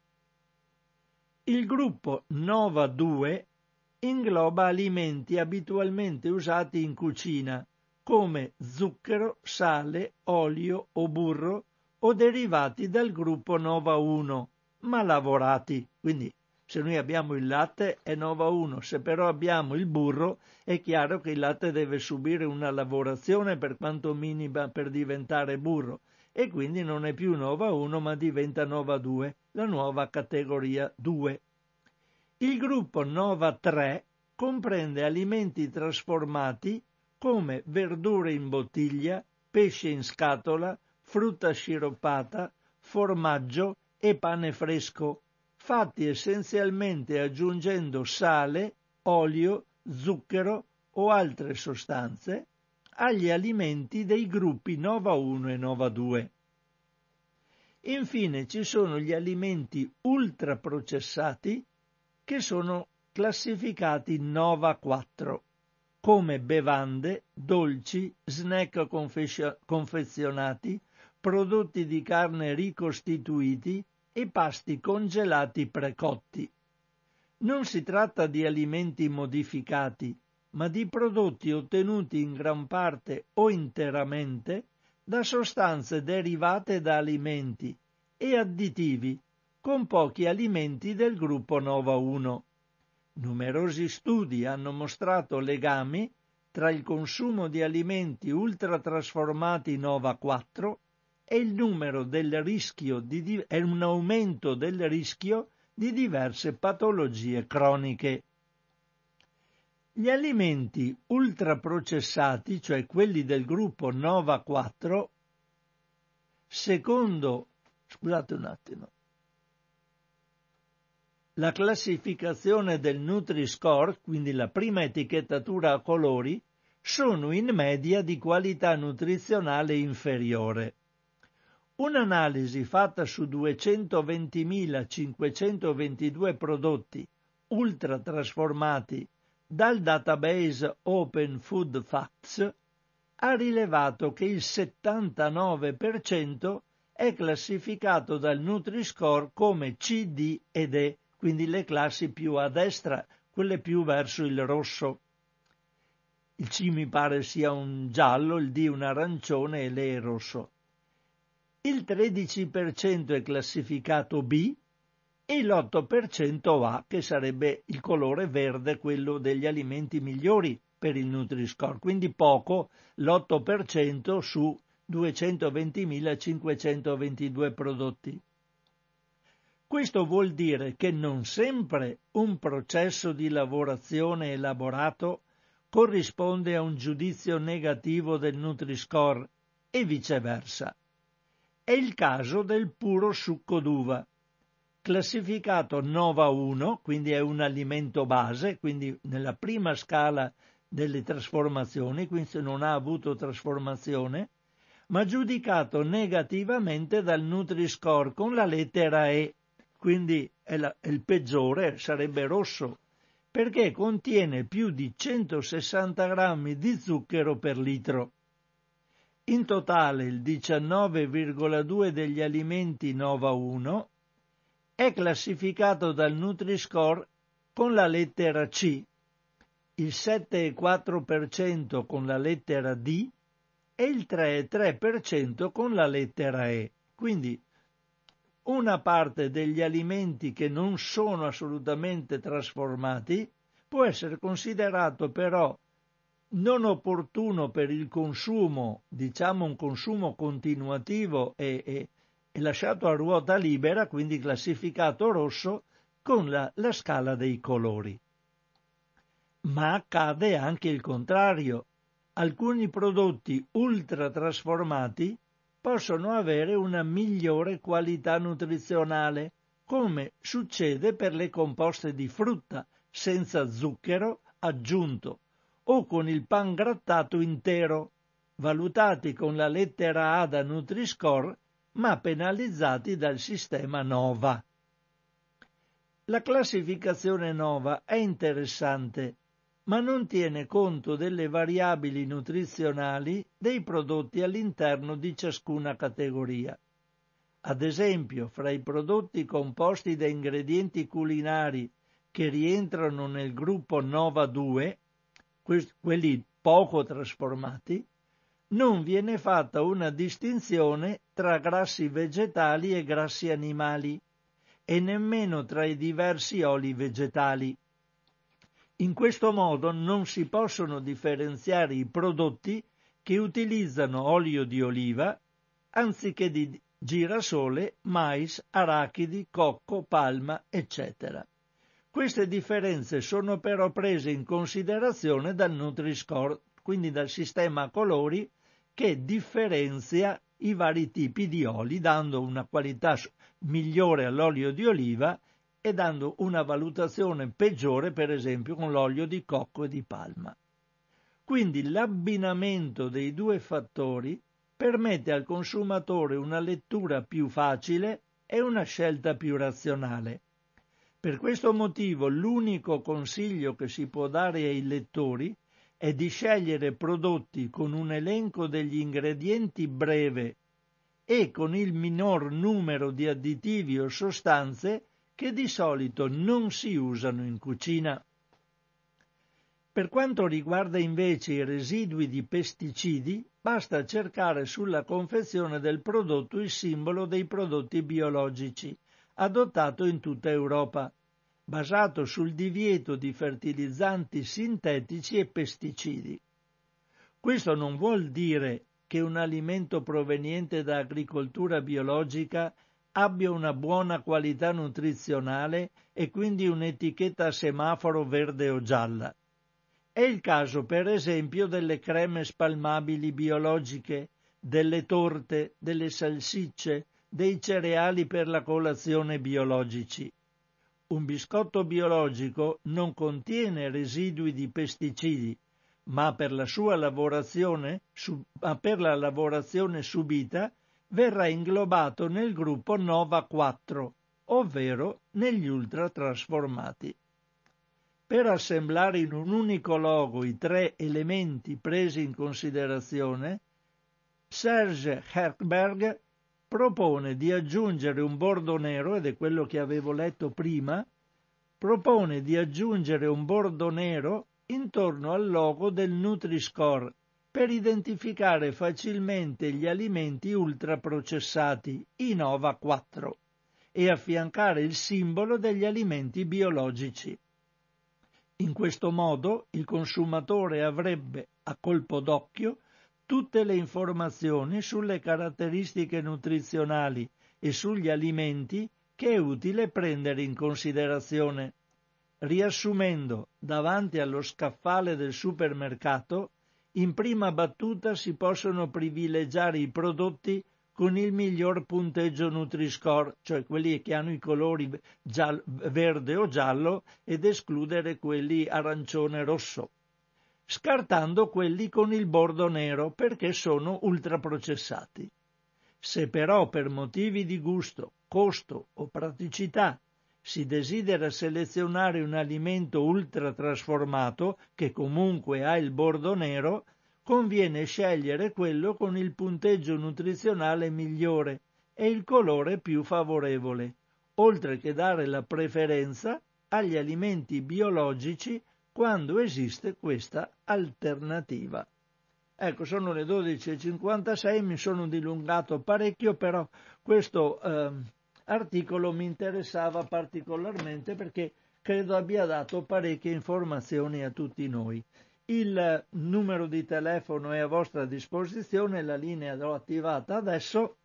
[SPEAKER 1] Il gruppo NOVA due ingloba alimenti abitualmente usati in cucina, come zucchero, sale, olio o burro o derivati dal gruppo NOVA uno, ma lavorati. Quindi se noi abbiamo il latte è NOVA uno, se però abbiamo il burro è chiaro che il latte deve subire una lavorazione per quanto minima per diventare burro e quindi non è più NOVA uno ma diventa NOVA due, la nuova categoria due. Il gruppo NOVA tre comprende alimenti trasformati come verdure in bottiglia, pesce in scatola, frutta sciroppata, formaggio e pane fresco, fatti essenzialmente aggiungendo sale, olio, zucchero o altre sostanze agli alimenti dei gruppi NOVA uno e NOVA due. Infine ci sono gli alimenti ultraprocessati che sono classificati Nova quattro, come bevande, dolci, snack confezionati, prodotti di carne ricostituiti e pasti congelati precotti. Non si tratta di alimenti modificati, ma di prodotti ottenuti in gran parte o interamente da sostanze derivate da alimenti e additivi, con pochi alimenti del gruppo Nova uno. Numerosi studi hanno mostrato legami tra il consumo di alimenti ultratrasformati Nova quattro e il numero del rischio di, e un aumento del rischio di diverse patologie croniche. Gli alimenti ultraprocessati, cioè quelli del gruppo Nova quattro, secondo, scusate un attimo, la classificazione del Nutri-Score, quindi la prima etichettatura a colori, sono in media di qualità nutrizionale inferiore. Un'analisi fatta su duecentoventimilacinquecentoventidue prodotti ultratrasformati dal database Open Food Facts ha rilevato che il settantanove per cento è classificato dal Nutri-Score come C, D ed E, quindi le classi più a destra, quelle più verso il rosso. Il C mi pare sia un giallo, il D un arancione e l'E è rosso. Il tredici per cento è classificato B e l'otto per cento A, che sarebbe il colore verde, quello degli alimenti migliori per il Nutri-Score, quindi poco, l'otto per cento su duecentoventimilacinquecentoventidue prodotti. Questo vuol dire che non sempre un processo di lavorazione elaborato corrisponde a un giudizio negativo del Nutri-Score e viceversa. È il caso del puro succo d'uva, classificato Nova uno, quindi è un alimento base, quindi nella prima scala delle trasformazioni, quindi non ha avuto trasformazione, ma giudicato negativamente dal Nutri-Score con la lettera E, quindi è, la, è il peggiore, sarebbe rosso, perché contiene più di centosessanta grammi di zucchero per litro. In totale il diciannove virgola due degli alimenti Nova uno è classificato dal Nutri-Score con la lettera C, il sette virgola quattro per cento con la lettera D e il tre virgola tre per cento con la lettera E. Quindi una parte degli alimenti che non sono assolutamente trasformati può essere considerato però non opportuno per il consumo, diciamo un consumo continuativo e, e, e lasciato a ruota libera, quindi classificato rosso con la, la scala dei colori. Ma accade anche il contrario. Alcuni prodotti ultra trasformati possono avere una migliore qualità nutrizionale, come succede per le composte di frutta senza zucchero aggiunto o con il pan grattato intero, valutati con la lettera A da Nutri-Score, ma penalizzati dal sistema Nova. La classificazione Nova è interessante, ma non tiene conto delle variabili nutrizionali dei prodotti all'interno di ciascuna categoria. Ad esempio, fra i prodotti composti da ingredienti culinari che rientrano nel gruppo Nova due, quelli poco trasformati, non viene fatta una distinzione tra grassi vegetali e grassi animali e nemmeno tra i diversi oli vegetali. In questo modo non si possono differenziare i prodotti che utilizzano olio di oliva anziché di girasole, mais, arachidi, cocco, palma, eccetera. Queste differenze sono però prese in considerazione dal Nutri-Score, quindi dal sistema a colori che differenzia i vari tipi di oli, dando una qualità migliore all'olio di oliva e dando una valutazione peggiore, per esempio, con l'olio di cocco e di palma. Quindi l'abbinamento dei due fattori permette al consumatore una lettura più facile e una scelta più razionale. Per questo motivo l'unico consiglio che si può dare ai lettori è di scegliere prodotti con un elenco degli ingredienti breve e con il minor numero di additivi o sostanze che di solito non si usano in cucina. Per quanto riguarda invece i residui di pesticidi, basta cercare sulla confezione del prodotto il simbolo dei prodotti biologici, adottato in tutta Europa, basato sul divieto di fertilizzanti sintetici e pesticidi. Questo non vuol dire che un alimento proveniente da agricoltura biologica abbia una buona qualità nutrizionale e quindi un'etichetta a semaforo verde o gialla. È il caso, per esempio, delle creme spalmabili biologiche, delle torte, delle salsicce, dei cereali per la colazione biologici. Un biscotto biologico non contiene residui di pesticidi, ma per la sua lavorazione, su, ma per la lavorazione subita verrà inglobato nel gruppo Nova quattro, ovvero negli ultratrasformati. Per assemblare in un unico logo i tre elementi presi in considerazione, Serge Hertzberg propone di aggiungere un bordo nero, ed è quello che avevo letto prima, propone di aggiungere un bordo nero intorno al logo del Nutri-Score per identificare facilmente gli alimenti ultraprocessati, i Nova quattro, e affiancare il simbolo degli alimenti biologici. In questo modo il consumatore avrebbe, a colpo d'occhio, tutte le informazioni sulle caratteristiche nutrizionali e sugli alimenti che è utile prendere in considerazione. Riassumendo, davanti allo scaffale del supermercato, in prima battuta si possono privilegiare i prodotti con il miglior punteggio Nutri-Score, cioè quelli che hanno i colori giallo, verde o giallo, ed escludere quelli arancione e rosso, scartando quelli con il bordo nero perché sono ultraprocessati. Se però per motivi di gusto, costo o praticità si desidera selezionare un alimento ultratrasformato che comunque ha il bordo nero, conviene scegliere quello con il punteggio nutrizionale migliore e il colore più favorevole, oltre che dare la preferenza agli alimenti biologici quando esiste questa alternativa. Ecco, sono le dodici e cinquantasei, mi sono dilungato parecchio, però questo eh, articolo mi interessava particolarmente perché credo abbia dato parecchie informazioni a tutti noi. Il numero di telefono è a vostra disposizione, la linea l'ho attivata adesso,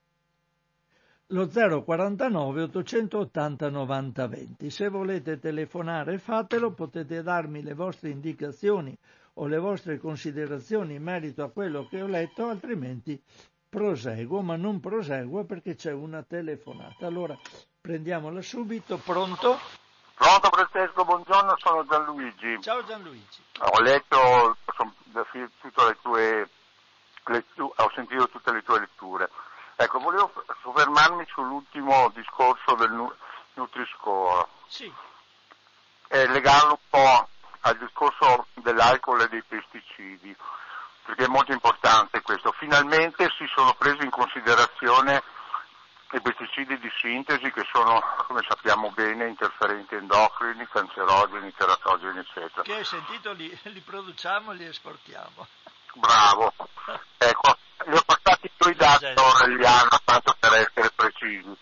[SPEAKER 1] lo zero quarantanove ottocentottanta novanta venti. Se volete telefonare fatelo, potete darmi le vostre indicazioni o le vostre considerazioni in merito a quello che ho letto, altrimenti proseguo, ma non proseguo perché c'è una telefonata. Allora prendiamola subito. Pronto?
[SPEAKER 2] Pronto Francesco, buongiorno, sono Gianluigi.
[SPEAKER 1] Ciao Gianluigi.
[SPEAKER 2] Ho letto tutte le tue letture, ho sentito tutte le tue letture. Ecco, volevo soffermarmi sull'ultimo discorso del Nutri-Score.
[SPEAKER 1] Sì.
[SPEAKER 2] E legarlo un po' al discorso dell'alcol e dei pesticidi, perché è molto importante questo. Finalmente si sono presi in considerazione i pesticidi di sintesi che sono, come sappiamo bene, interferenti endocrini, cancerogeni, teratogeni, eccetera.
[SPEAKER 1] Che hai sentito, li, li produciamo e li esportiamo.
[SPEAKER 2] Bravo. Ecco, li ho passati tu i dati Aureliano, tanto per essere precisi.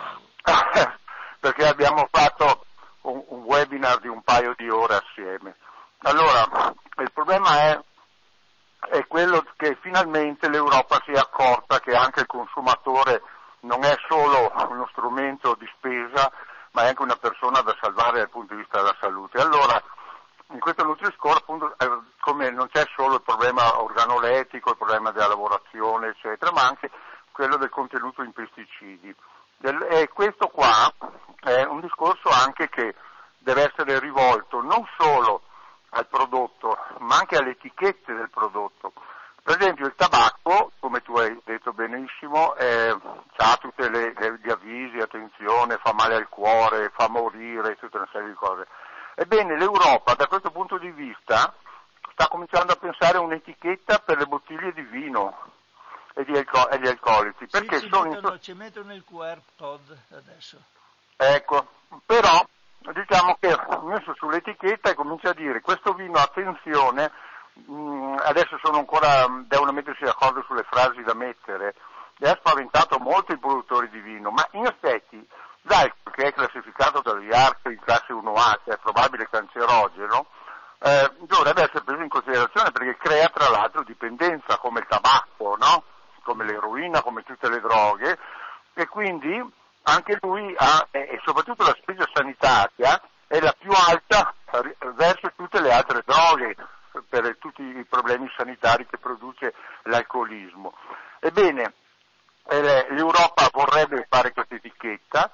[SPEAKER 2] Perché abbiamo fatto un, un webinar di un paio di ore assieme. Allora, il problema è, è quello che finalmente l'Europa si è accorta che anche il consumatore non è solo uno strumento di spesa, ma è anche una persona da salvare dal punto di vista della salute. Allora, in questo Nutri-Score, appunto, eh, come non c'è solo il problema organolettico, il problema della lavorazione, eccetera, ma anche quello del contenuto in pesticidi. Del, e questo qua è un discorso anche che deve essere rivolto non solo al prodotto, ma anche alle etichette del prodotto, Per esempio il tabacco, come tu hai detto benissimo, eh, ha tutti gli avvisi, attenzione, fa male al cuore, fa morire, tutta una serie di cose. Ebbene l'Europa da questo punto di vista sta cominciando a pensare a un'etichetta per le bottiglie di vino e di, alco- e di alcolici. Perché
[SPEAKER 1] sì, ci,
[SPEAKER 2] sono
[SPEAKER 1] mettono,
[SPEAKER 2] in...
[SPEAKER 1] ci mettono il Q R code adesso.
[SPEAKER 2] Ecco, però diciamo che messo sull'etichetta e comincia a dire questo vino, attenzione, mh, adesso sono ancora, devono mettersi d'accordo sulle frasi da mettere, e ha spaventato molto i produttori di vino, ma in effetti l'alcol, che è classificato dagli A R C in classe uno A, che è probabile cancerogeno, eh, dovrebbe essere preso in considerazione perché crea tra l'altro dipendenza come il tabacco, no? Come l'eroina, come tutte le droghe, e quindi anche lui ha, e soprattutto la spesa sanitaria è la più alta verso tutte le altre droghe per tutti i problemi sanitari che produce l'alcolismo. Ebbene, eh, l'Europa vorrebbe fare questa etichetta,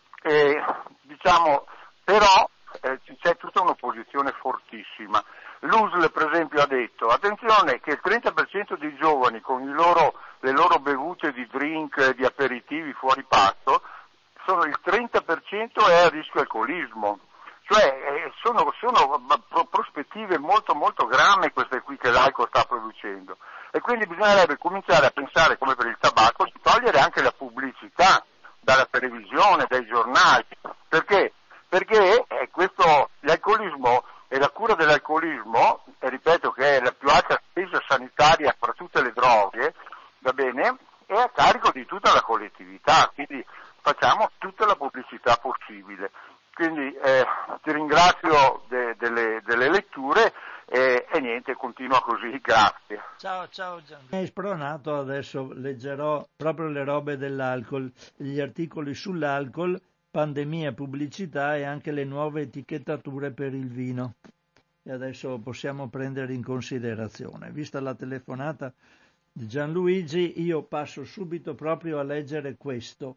[SPEAKER 2] eh, diciamo, però eh, c'è tutta un'opposizione fortissima. L'U S L per esempio ha detto, attenzione che il trenta per cento dei giovani con i loro, le loro bevute di drink, di aperitivi fuori pasto, sono il trenta per cento è a rischio alcolismo. Cioè eh, sono, sono pro- prospettive molto molto grandi queste qui che l'alcol sta producendo, e quindi bisognerebbe cominciare a pensare, come per il tabacco, di togliere anche la pubblicità dalla televisione, dai giornali. Perché? Perché eh, questo, l'alcolismo e la cura dell'alcolismo, e ripeto che è la più alta spesa sanitaria fra tutte le droghe, va bene, è a carico di tutta la collettività, quindi facciamo tutta la pubblicità possibile. Quindi eh, ti ringrazio de, delle, delle letture e, e niente, continua così, grazie.
[SPEAKER 1] Ciao, ciao Gianluca. Mi hai spronato, adesso leggerò proprio le robe dell'alcol, gli articoli sull'alcol, pandemia, pubblicità e anche le nuove etichettature per il vino. E adesso possiamo prendere in considerazione. Vista la telefonata di Gianluigi, io passo subito proprio a leggere questo.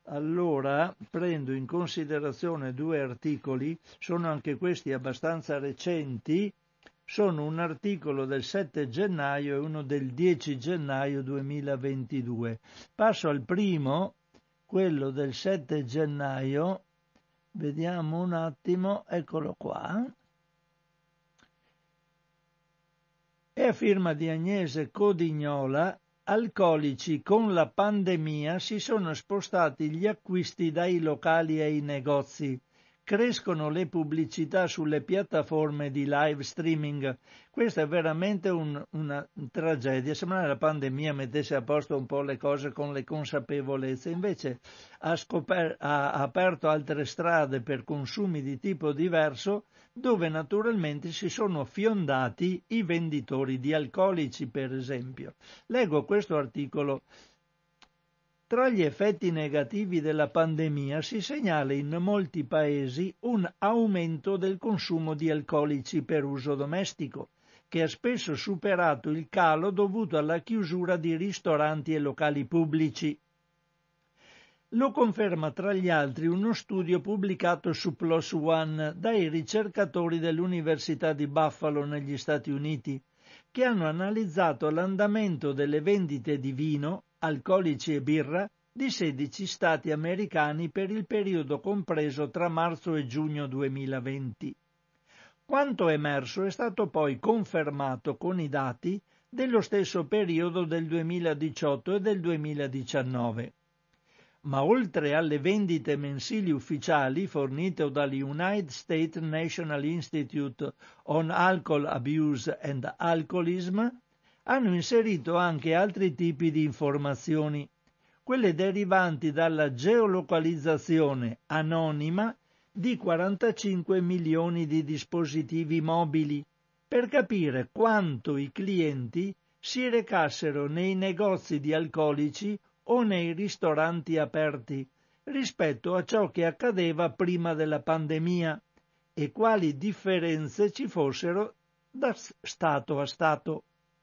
[SPEAKER 1] Allora prendo in considerazione due articoli, sono anche questi abbastanza recenti, sono un articolo del sette gennaio e uno del dieci gennaio duemilaventidue. Passo al primo, quello del sette gennaio, vediamo un attimo, eccolo qua. È a firma di Agnese Codignola. Alcolici, con la pandemia si sono spostati gli acquisti dai locali ai negozi. Crescono le pubblicità sulle piattaforme di live streaming. Questa è veramente un, una tragedia. Sembra che la pandemia mettesse a posto un po' le cose con le consapevolezze. Invece ha, scoper- ha aperto altre strade per consumi di tipo diverso, dove naturalmente si sono fiondati i venditori di alcolici, per esempio. Leggo questo articolo. Tra gli effetti negativi della pandemia si segnala in molti paesi un aumento del consumo di alcolici per uso domestico, che ha spesso superato il calo dovuto alla chiusura di ristoranti e locali pubblici. Lo conferma tra gli altri uno studio pubblicato su PLOS ONE dai ricercatori dell'Università di Buffalo negli Stati Uniti, che hanno analizzato l'andamento delle vendite di vino, alcolici e birra di sedici stati americani per il periodo compreso tra marzo e giugno duemilaventi. Quanto emerso è stato poi confermato con i dati dello stesso periodo del duemiladiciotto e del duemiladiciannove. Ma oltre alle vendite mensili ufficiali fornite dagli United States National Institute on Alcohol Abuse and Alcoholism, hanno inserito anche altri tipi di informazioni, quelle derivanti dalla geolocalizzazione anonima di quarantacinque milioni di dispositivi mobili, per capire quanto i clienti si recassero nei negozi di alcolici o nei ristoranti aperti rispetto a ciò che accadeva prima della pandemia e quali differenze ci fossero da stato a stato.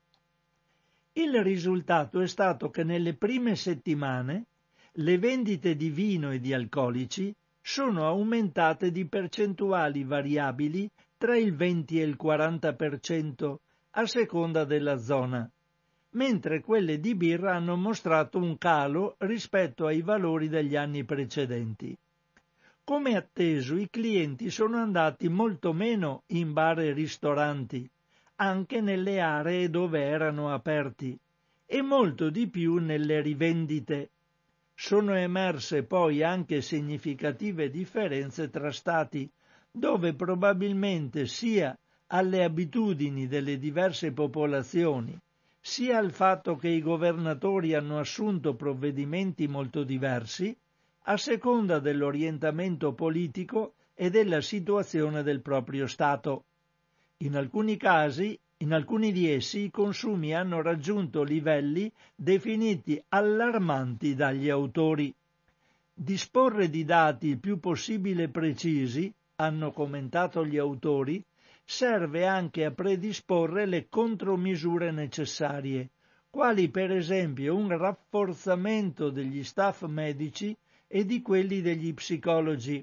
[SPEAKER 1] Il risultato è stato che nelle prime settimane le vendite di vino e di alcolici sono aumentate di percentuali variabili tra il venti e il quaranta per cento a seconda della zona, mentre quelle di birra hanno mostrato un calo rispetto ai valori degli anni precedenti. Come atteso, i clienti sono andati molto meno in bar e ristoranti, anche nelle aree dove erano aperti, e molto di più nelle rivendite. Sono emerse poi anche significative differenze tra stati, dove probabilmente sia alle abitudini delle diverse popolazioni, sia al fatto che i governatori hanno assunto provvedimenti molto diversi, a seconda dell'orientamento politico e della situazione del proprio Stato. In alcuni casi, in alcuni di essi, i consumi hanno raggiunto livelli definiti allarmanti dagli autori. Disporre di dati il più possibile precisi, hanno commentato gli autori, serve anche a predisporre le contromisure necessarie, quali per esempio un rafforzamento degli staff medici e di quelli degli psicologi,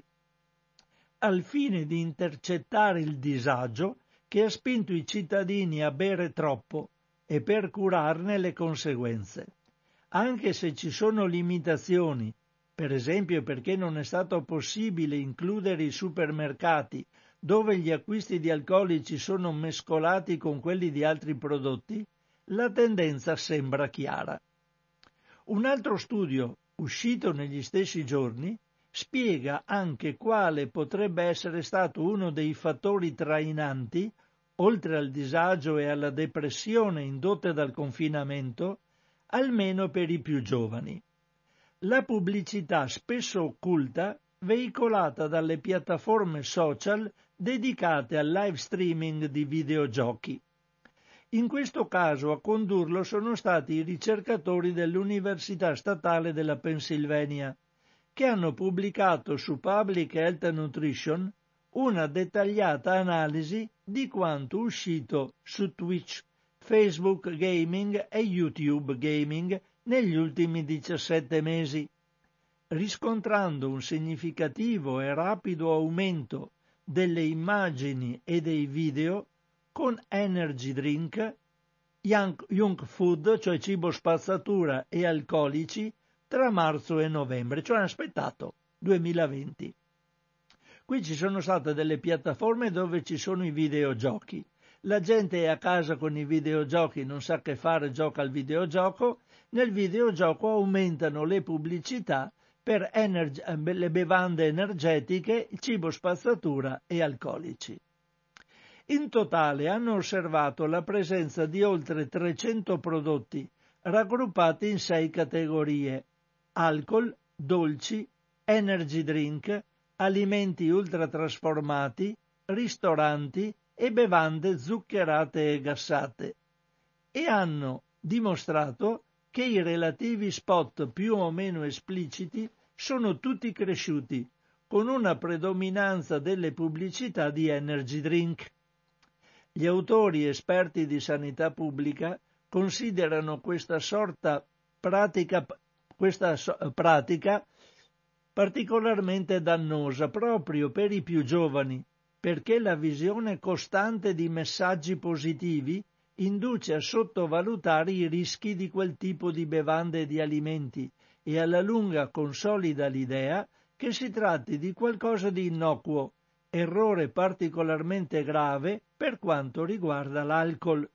[SPEAKER 1] al fine di intercettare il disagio che ha spinto i cittadini a bere troppo e per curarne le conseguenze. Anche se ci sono limitazioni, per esempio perché non è stato possibile includere i supermercati dove gli acquisti di alcolici sono mescolati con quelli di altri prodotti, la tendenza sembra chiara. Un altro studio, uscito negli stessi giorni, spiega anche quale potrebbe essere stato uno dei fattori trainanti, oltre al disagio e alla depressione indotte dal confinamento, almeno per i più giovani. La pubblicità spesso occulta veicolata dalle piattaforme social dedicate al live streaming di videogiochi. In questo caso a condurlo sono stati i ricercatori dell'Università Statale della Pennsylvania, che hanno pubblicato su Public Health Nutrition una dettagliata analisi di quanto uscito su Twitch, Facebook Gaming e YouTube Gaming negli ultimi diciassette mesi, riscontrando un significativo e rapido aumento delle immagini e dei video con energy drink, junk food, cioè cibo spazzatura, e alcolici tra marzo e novembre, cioè hanno aspettato duemilaventi. Qui ci sono state delle piattaforme dove ci sono i videogiochi. La gente è a casa con i videogiochi, non sa che fare, gioca al videogioco. Nel videogioco aumentano le pubblicità per energi- le bevande energetiche, cibo spazzatura e alcolici. In totale hanno osservato la presenza di oltre trecento prodotti raggruppati in sei categorie: alcol, dolci, energy drink, alimenti ultratrasformati, ristoranti e bevande zuccherate e gassate, e hanno dimostrato che i relativi spot più o meno espliciti sono tutti cresciuti, con una predominanza delle pubblicità di energy drink. Gli autori esperti di sanità pubblica considerano questa sorta pratica, questa pratica particolarmente dannosa proprio per i più giovani, perché la visione costante di messaggi positivi induce a sottovalutare i rischi di quel tipo di bevande e di alimenti e alla lunga consolida l'idea che si tratti di qualcosa di innocuo, errore particolarmente grave per quanto riguarda l'alcol.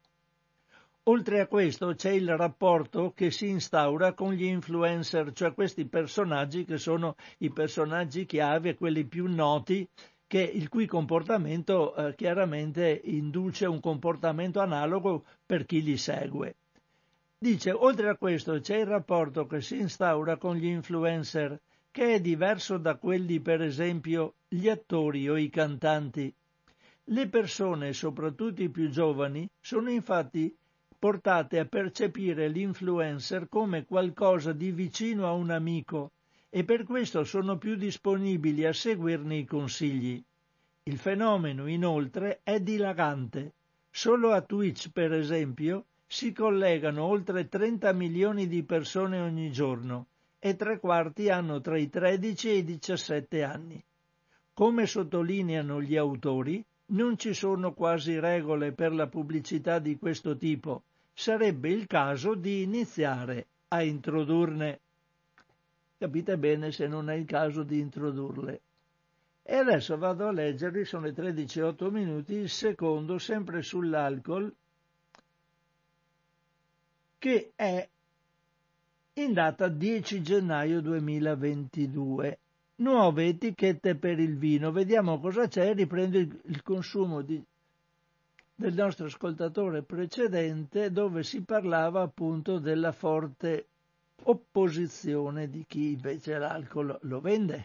[SPEAKER 1] Oltre a questo c'è il rapporto che si instaura con gli influencer, cioè questi personaggi che sono i personaggi chiave, quelli più noti, che il cui comportamento eh, chiaramente induce un comportamento analogo per chi li segue. Dice, oltre a questo c'è il rapporto che si instaura con gli influencer, che è diverso da quelli, per esempio, gli attori o i cantanti. Le persone, soprattutto i più giovani, sono infatti portate a percepire l'influencer come qualcosa di vicino a un amico e per questo sono più disponibili a seguirne i consigli. Il fenomeno, inoltre, è dilagante. Solo a Twitch, per esempio, si collegano oltre trenta milioni di persone ogni giorno e tre quarti hanno tra i tredici e i diciassette anni. Come sottolineano gli autori, non ci sono quasi regole per la pubblicità di questo tipo sarebbe il caso di iniziare a introdurne. Capite bene se non è il caso di introdurle. E adesso vado a leggervi, sono le tredici e otto minuti, il secondo, sempre sull'alcol, che è in data dieci gennaio duemilaventidue. Nuove etichette per il vino. Vediamo cosa c'è. Riprendo il, il consumo di, del nostro ascoltatore precedente, dove si parlava appunto della forte opposizione di chi invece l'alcol lo vende.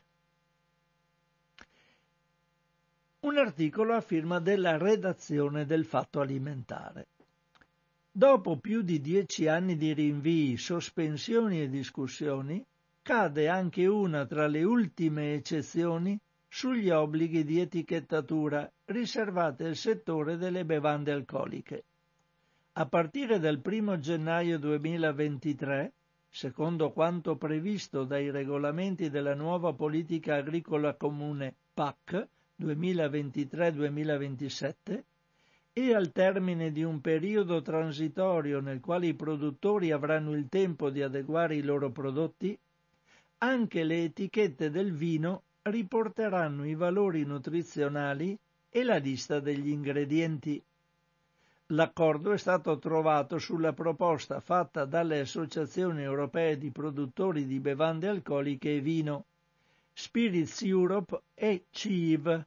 [SPEAKER 1] Un articolo a firma della redazione del Fatto Alimentare. Dopo più di dieci anni di rinvii, sospensioni e discussioni, cade anche una tra le ultime eccezioni sugli obblighi di etichettatura riservati al settore delle bevande alcoliche. A partire dal primo gennaio duemilaventitré, secondo quanto previsto dai regolamenti della nuova politica agricola comune P A C duemilaventitré duemilaventisette, e al termine di un periodo transitorio nel quale i produttori avranno il tempo di adeguare i loro prodotti, anche le etichette del vino riporteranno i valori nutrizionali e la lista degli ingredienti. L'accordo è stato trovato sulla proposta fatta dalle associazioni europee di produttori di bevande alcoliche e vino, Spirits Europe e C I V,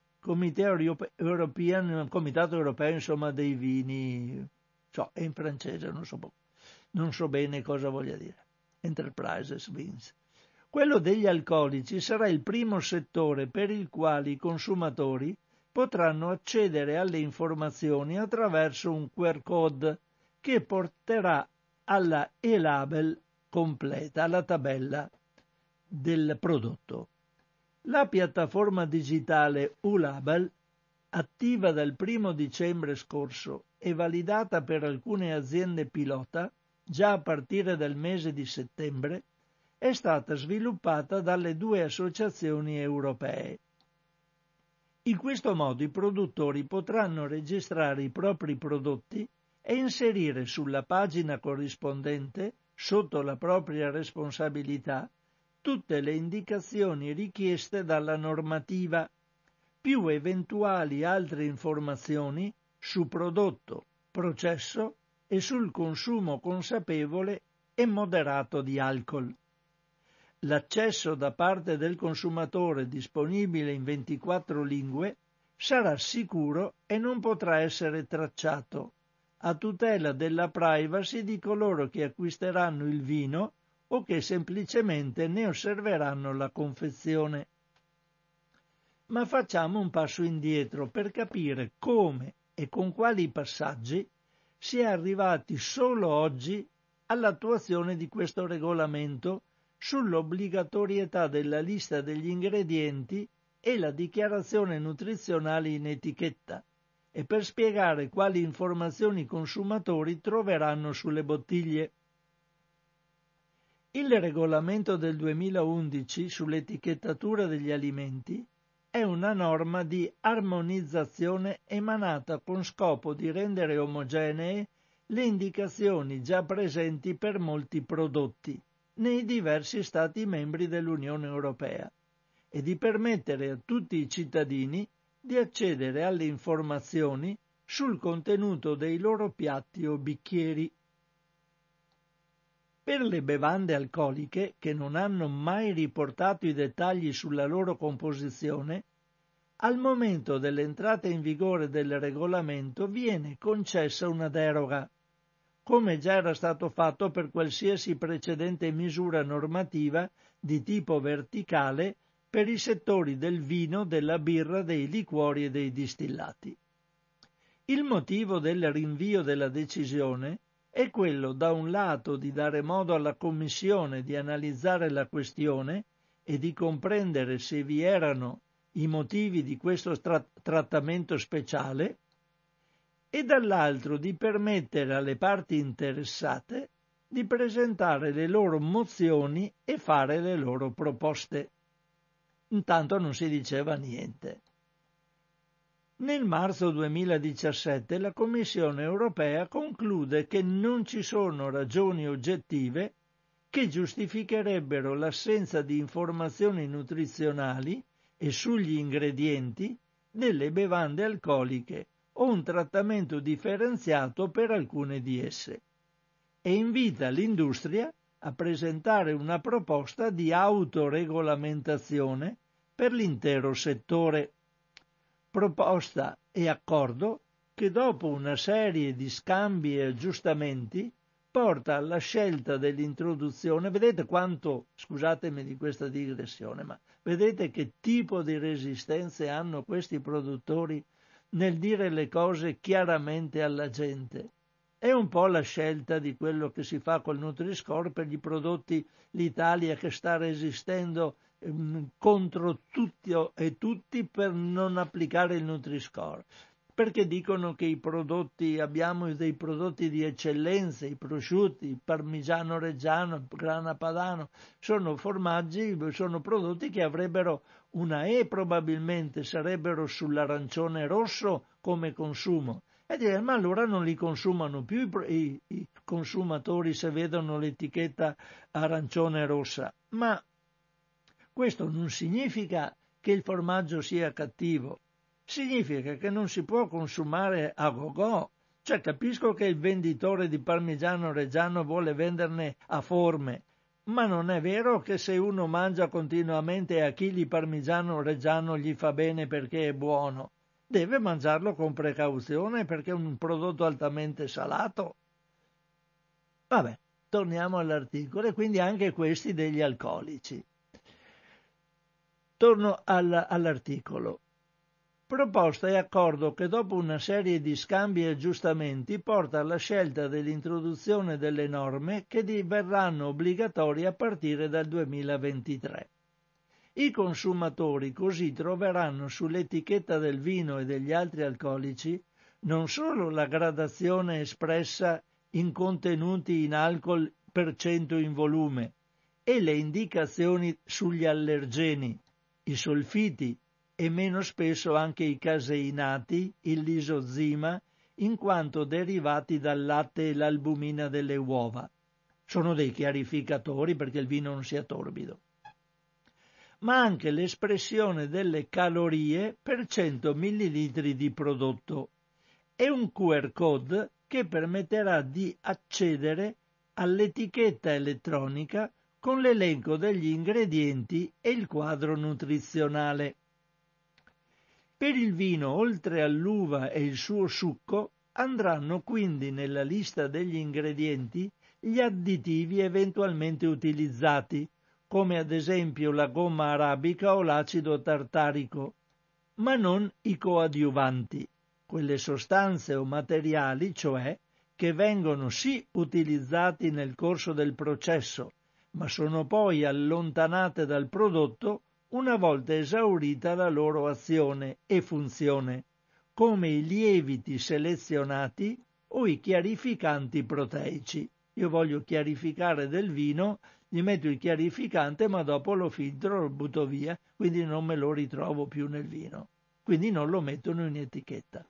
[SPEAKER 1] European, Comitato Europeo insomma dei vini, cioè, è in francese, non so, non so bene cosa voglia dire, Enterprises Vins. Quello degli alcolici sarà il primo settore per il quale i consumatori potranno accedere alle informazioni attraverso un Q R code che porterà alla e-label completa, alla tabella del prodotto. La piattaforma digitale U-Label, attiva dal primo dicembre scorso e validata per alcune aziende pilota già a partire dal mese di settembre, è stata sviluppata dalle due associazioni europee. In questo modo i produttori potranno registrare i propri prodotti e inserire sulla pagina corrispondente, sotto la propria responsabilità, tutte le indicazioni richieste dalla normativa, più eventuali altre informazioni su prodotto, processo e sul consumo consapevole e moderato di alcol. L'accesso da parte del consumatore, disponibile in ventiquattro lingue, sarà sicuro e non potrà essere tracciato, a tutela della privacy di coloro che acquisteranno il vino o che semplicemente ne osserveranno la confezione. Ma facciamo un passo indietro per capire come e con quali passaggi si è arrivati solo oggi all'attuazione di questo regolamento sull'obbligatorietà della lista degli ingredienti e la dichiarazione nutrizionale in etichetta, e per spiegare quali informazioni i consumatori troveranno sulle bottiglie. Il regolamento del duemilaundici sull'etichettatura degli alimenti è una norma di armonizzazione emanata con scopo di rendere omogenee le indicazioni già presenti per molti prodotti nei diversi Stati membri dell'Unione Europea e di permettere a tutti i cittadini di accedere alle informazioni sul contenuto dei loro piatti o bicchieri. Per le bevande alcoliche che non hanno mai riportato i dettagli sulla loro composizione, al momento dell'entrata in vigore del regolamento viene concessa una deroga, come già era stato fatto per qualsiasi precedente misura normativa di tipo verticale per i settori del vino, della birra, dei liquori e dei distillati. Il motivo del rinvio della decisione è quello, da un lato, di dare modo alla Commissione di analizzare la questione e di comprendere se vi erano i motivi di questo tra- trattamento speciale, e dall'altro di permettere alle parti interessate di presentare le loro mozioni e fare le loro proposte. Intanto non si diceva niente. Nel marzo duemiladiciassette la Commissione europea conclude che non ci sono ragioni oggettive che giustificherebbero l'assenza di informazioni nutrizionali e sugli ingredienti delle bevande alcoliche o un trattamento differenziato per alcune di esse, e invita l'industria a presentare una proposta di autoregolamentazione per l'intero settore. Proposta e accordo che dopo una serie di scambi e aggiustamenti porta alla scelta dell'introduzione, vedete quanto, scusatemi di questa digressione, ma vedete che tipo di resistenze hanno questi produttori nel dire le cose chiaramente alla gente. È un po' la scelta di quello che si fa col Nutri-Score per i prodotti, l'Italia che sta resistendo ehm, contro tutti e tutti per non applicare il Nutri-Score, perché dicono che i prodotti, abbiamo dei prodotti di eccellenza, i prosciutti, il parmigiano reggiano, il grana padano, sono formaggi, sono prodotti che avrebbero una E, probabilmente sarebbero sull'arancione rosso come consumo. E dire, ma allora non li consumano più i, i consumatori se vedono l'etichetta arancione rossa. Ma questo non significa che il formaggio sia cattivo, significa che non si può consumare a go-go. Cioè capisco che il venditore di parmigiano reggiano vuole venderne a forme, ma non è vero che se uno mangia continuamente a chili parmigiano reggiano gli fa bene perché è buono. Deve mangiarlo con precauzione perché è un prodotto altamente salato. Vabbè, torniamo all'articolo, e quindi anche questi degli alcolici. Torno all, all'articolo. Proposta e accordo che dopo una serie di scambi e aggiustamenti porta alla scelta dell'introduzione delle norme che diverranno obbligatorie a partire dal duemilaventitré. I consumatori così troveranno sull'etichetta del vino e degli altri alcolici non solo la gradazione espressa in contenuti in alcol per cento in volume e le indicazioni sugli allergeni, i solfiti e meno spesso anche i caseinati, il lisozima, in quanto derivati dal latte e l'albumina delle uova. Sono dei chiarificatori perché il vino non sia torbido. Ma anche l'espressione delle calorie per cento millilitri di prodotto e un Q R code che permetterà di accedere all'etichetta elettronica con l'elenco degli ingredienti e il quadro nutrizionale. Per il vino, oltre all'uva e il suo succo, andranno quindi nella lista degli ingredienti gli additivi eventualmente utilizzati, come ad esempio la gomma arabica o l'acido tartarico, ma non i coadiuvanti, quelle sostanze o materiali, cioè, che vengono sì utilizzati nel corso del processo, ma sono poi allontanate dal prodotto una volta esaurita la loro azione e funzione, come i lieviti selezionati o i chiarificanti proteici. Io voglio chiarificare del vino, gli metto il chiarificante, ma dopo lo filtro, lo butto via, quindi non me lo ritrovo più nel vino. Quindi non lo mettono in etichetta.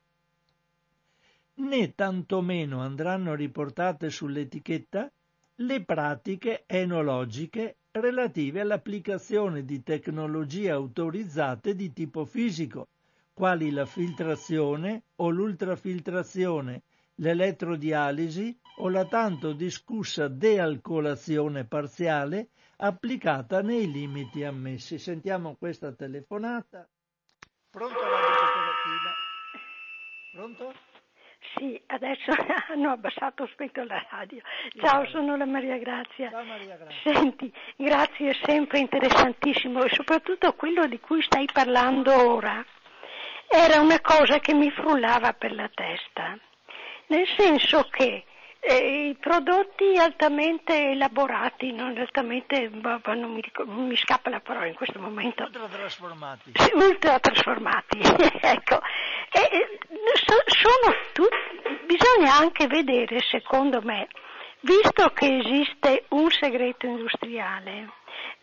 [SPEAKER 1] Né tantomeno andranno riportate sull'etichetta le pratiche enologiche relative all'applicazione di tecnologie autorizzate di tipo fisico, quali la filtrazione o l'ultrafiltrazione, l'elettrodialisi o la tanto discussa dealcolazione parziale applicata nei limiti ammessi. Sentiamo questa telefonata. Pronto, Radio Cooperativa? Pronto?
[SPEAKER 3] Sì, adesso hanno abbassato, ho spento la radio. Ciao, sono la Maria Grazia.
[SPEAKER 1] Ciao Maria Grazia.
[SPEAKER 3] Senti, grazie, è sempre interessantissimo, e soprattutto quello di cui stai parlando ora era una cosa che mi frullava per la testa, nel senso che eh, i prodotti altamente elaborati, non altamente, non mi, non mi scappa la parola in questo momento.
[SPEAKER 1] Ultra trasformati.
[SPEAKER 3] Sì, ultra trasformati, ecco. E, so, sono tutti, bisogna anche vedere, secondo me, visto che esiste un segreto industriale,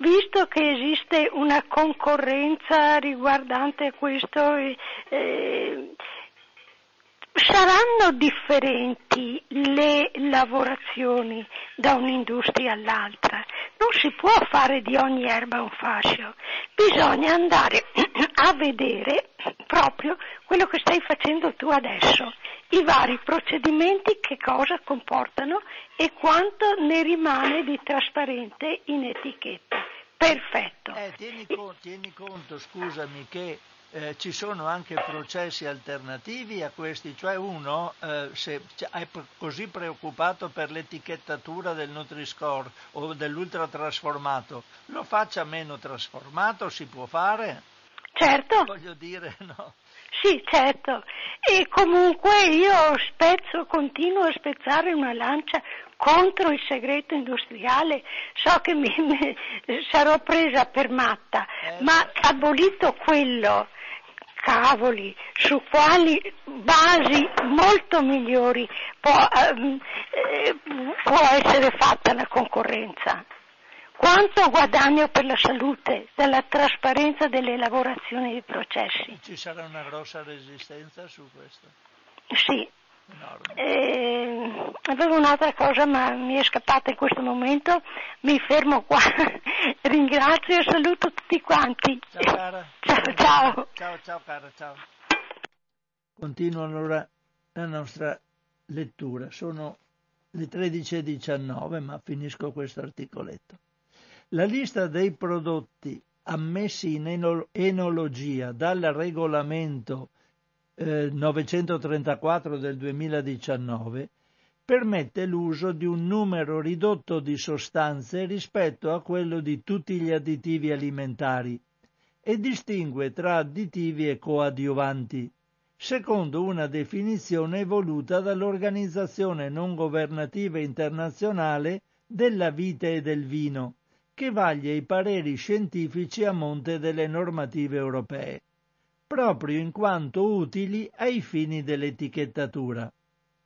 [SPEAKER 3] visto che esiste una concorrenza riguardante questo, eh, saranno differenti le lavorazioni da un'industria all'altra? Non si può fare di ogni erba un fascio, bisogna andare a vedere proprio quello che stai facendo tu adesso, i vari procedimenti che cosa comportano e quanto ne rimane di trasparente in etichetta. Perfetto.
[SPEAKER 1] Eh, tieni, con, tieni conto, scusami, che Eh, ci sono anche processi alternativi a questi, cioè uno eh, se è così preoccupato per l'etichettatura del Nutri-Score o dell'ultra trasformato, lo faccia meno trasformato, si può fare?
[SPEAKER 3] Certo.
[SPEAKER 1] Voglio dire, no?
[SPEAKER 3] Sì, certo. E comunque io spezzo, continuo a spezzare una lancia contro il segreto industriale. So che mi, mi sarò presa per matta, eh, ma abolito quello, cavoli, su quali basi molto migliori può, eh, può essere fatta la concorrenza? Quanto guadagno per la salute dalla trasparenza delle lavorazioni dei processi?
[SPEAKER 1] Ci sarà una grossa resistenza su questo?
[SPEAKER 3] Sì. Eh, avevo un'altra cosa ma mi è scappata in questo momento, mi fermo qua. Ringrazio e saluto tutti quanti.
[SPEAKER 1] Ciao cara.
[SPEAKER 3] Ciao ciao.
[SPEAKER 1] Ciao ciao cara, ciao. Continuo allora la nostra lettura, sono le tredici e diciannove ma finisco questo articoletto. La lista dei prodotti ammessi in enologia dal regolamento eh, novecentotrentaquattro del duemiladiciannove permette l'uso di un numero ridotto di sostanze rispetto a quello di tutti gli additivi alimentari e distingue tra additivi e coadiuvanti, secondo una definizione evoluta dall'Organizzazione non governativa internazionale della vite e del vino, che vaglia i pareri scientifici a monte delle normative europee, proprio in quanto utili ai fini dell'etichettatura.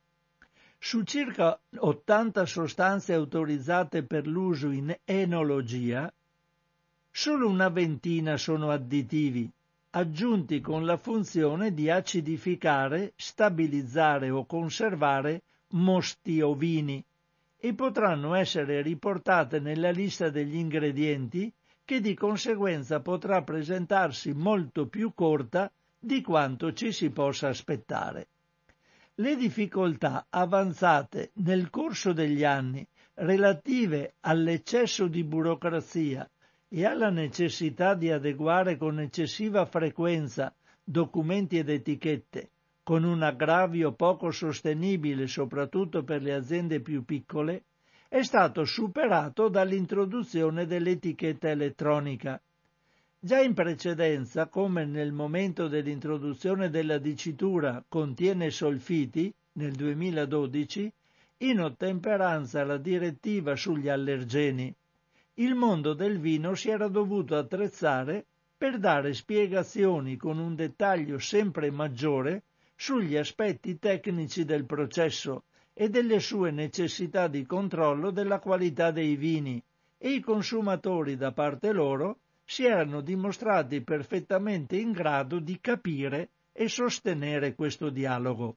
[SPEAKER 1] Su circa ottanta sostanze autorizzate per l'uso in enologia, solo una ventina sono additivi, aggiunti con la funzione di acidificare, stabilizzare o conservare mosti o vini, e potranno essere riportate nella lista degli ingredienti, che di conseguenza potrà presentarsi molto più corta di quanto ci si possa aspettare. Le difficoltà avanzate nel corso degli anni relative all'eccesso di burocrazia e alla necessità di adeguare con eccessiva frequenza documenti ed etichette, con un aggravio poco sostenibile soprattutto per le aziende più piccole, è stato superato dall'introduzione dell'etichetta elettronica. Già in precedenza, come nel momento dell'introduzione della dicitura contiene solfiti, nel duemiladodici, in ottemperanza alla direttiva sugli allergeni, il mondo del vino si era dovuto attrezzare per dare spiegazioni con un dettaglio sempre maggiore sugli aspetti tecnici del processo e delle sue necessità di controllo della qualità dei vini, e i consumatori da parte loro si erano dimostrati perfettamente in grado di capire e sostenere questo dialogo.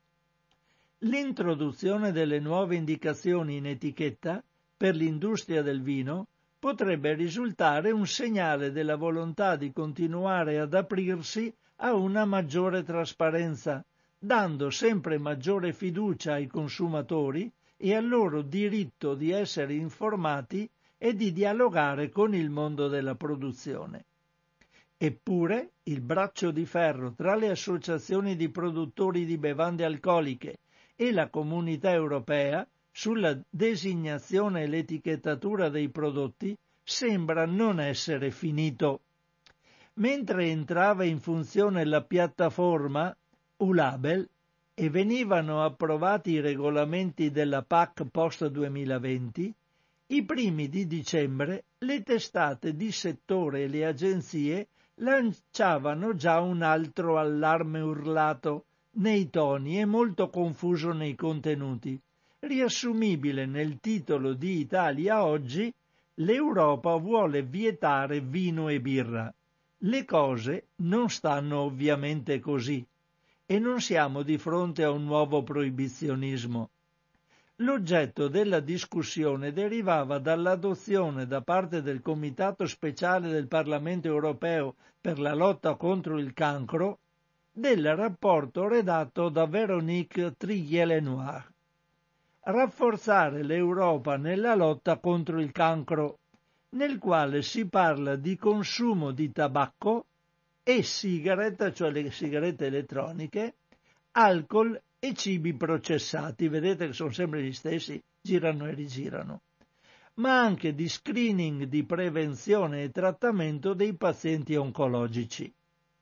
[SPEAKER 1] L'introduzione delle nuove indicazioni in etichetta per l'industria del vino potrebbe risultare un segnale della volontà di continuare ad aprirsi a una maggiore trasparenza, dando sempre maggiore fiducia ai consumatori e al loro diritto di essere informati e di dialogare con il mondo della produzione. Eppure, il braccio di ferro tra le associazioni di produttori di bevande alcoliche e la Comunità europea sulla designazione e l'etichettatura dei prodotti sembra non essere finito. Mentre entrava in funzione la piattaforma U-Label e venivano approvati i regolamenti della P A C post duemilaventi, i primi di dicembre le testate di settore e le agenzie lanciavano già un altro allarme urlato nei toni e molto confuso nei contenuti, riassumibile nel titolo di Italia Oggi: l'Europa vuole vietare vino e birra. Le cose non stanno ovviamente così e non siamo di fronte a un nuovo proibizionismo. L'oggetto della discussione derivava dall'adozione da parte del Comitato Speciale del Parlamento Europeo per la lotta contro il cancro del rapporto redatto da Véronique Trillet-Lenoir. Rafforzare l'Europa nella lotta contro il cancro, nel quale si parla di consumo di tabacco e sigarette, cioè le sigarette elettroniche, alcol e cibi processati, vedete che sono sempre gli stessi, girano e rigirano, ma anche di screening di prevenzione e trattamento dei pazienti oncologici.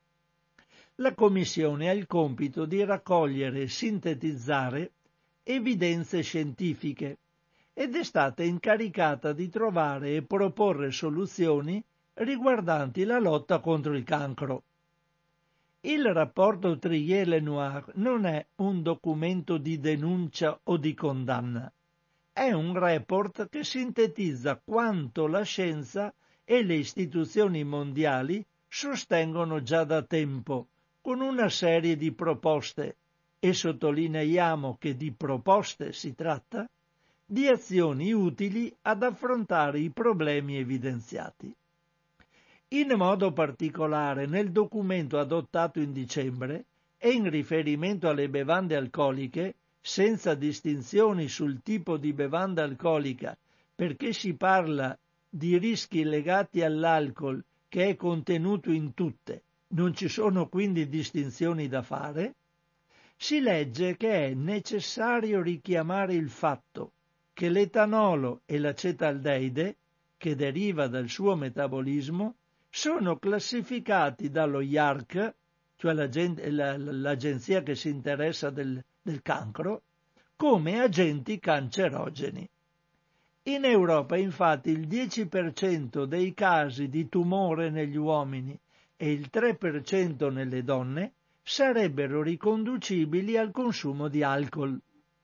[SPEAKER 1] La Commissione ha il compito di raccogliere e sintetizzare evidenze scientifiche ed è stata incaricata di trovare e proporre soluzioni riguardanti la lotta contro il cancro. Il rapporto Trillet-Lenoir non è un documento di denuncia o di condanna, è un report che sintetizza quanto la scienza e le istituzioni mondiali sostengono già da tempo, con una serie di proposte, e sottolineiamo che di proposte si tratta, di azioni utili ad affrontare i problemi evidenziati. In modo particolare nel documento adottato in dicembre e in riferimento alle bevande alcoliche, senza distinzioni sul tipo di bevanda alcolica, perché si parla di rischi legati all'alcol che è contenuto in tutte, non ci sono quindi distinzioni da fare, si legge che è necessario richiamare il fatto che l'etanolo e l'acetaldeide, che deriva dal suo metabolismo, sono classificati dallo I A R C, cioè l'agenzia che si interessa del, del cancro, come agenti cancerogeni. In Europa, infatti, il dieci per cento dei casi di tumore negli uomini e il tre per cento nelle donne sarebbero riconducibili al consumo di alcol,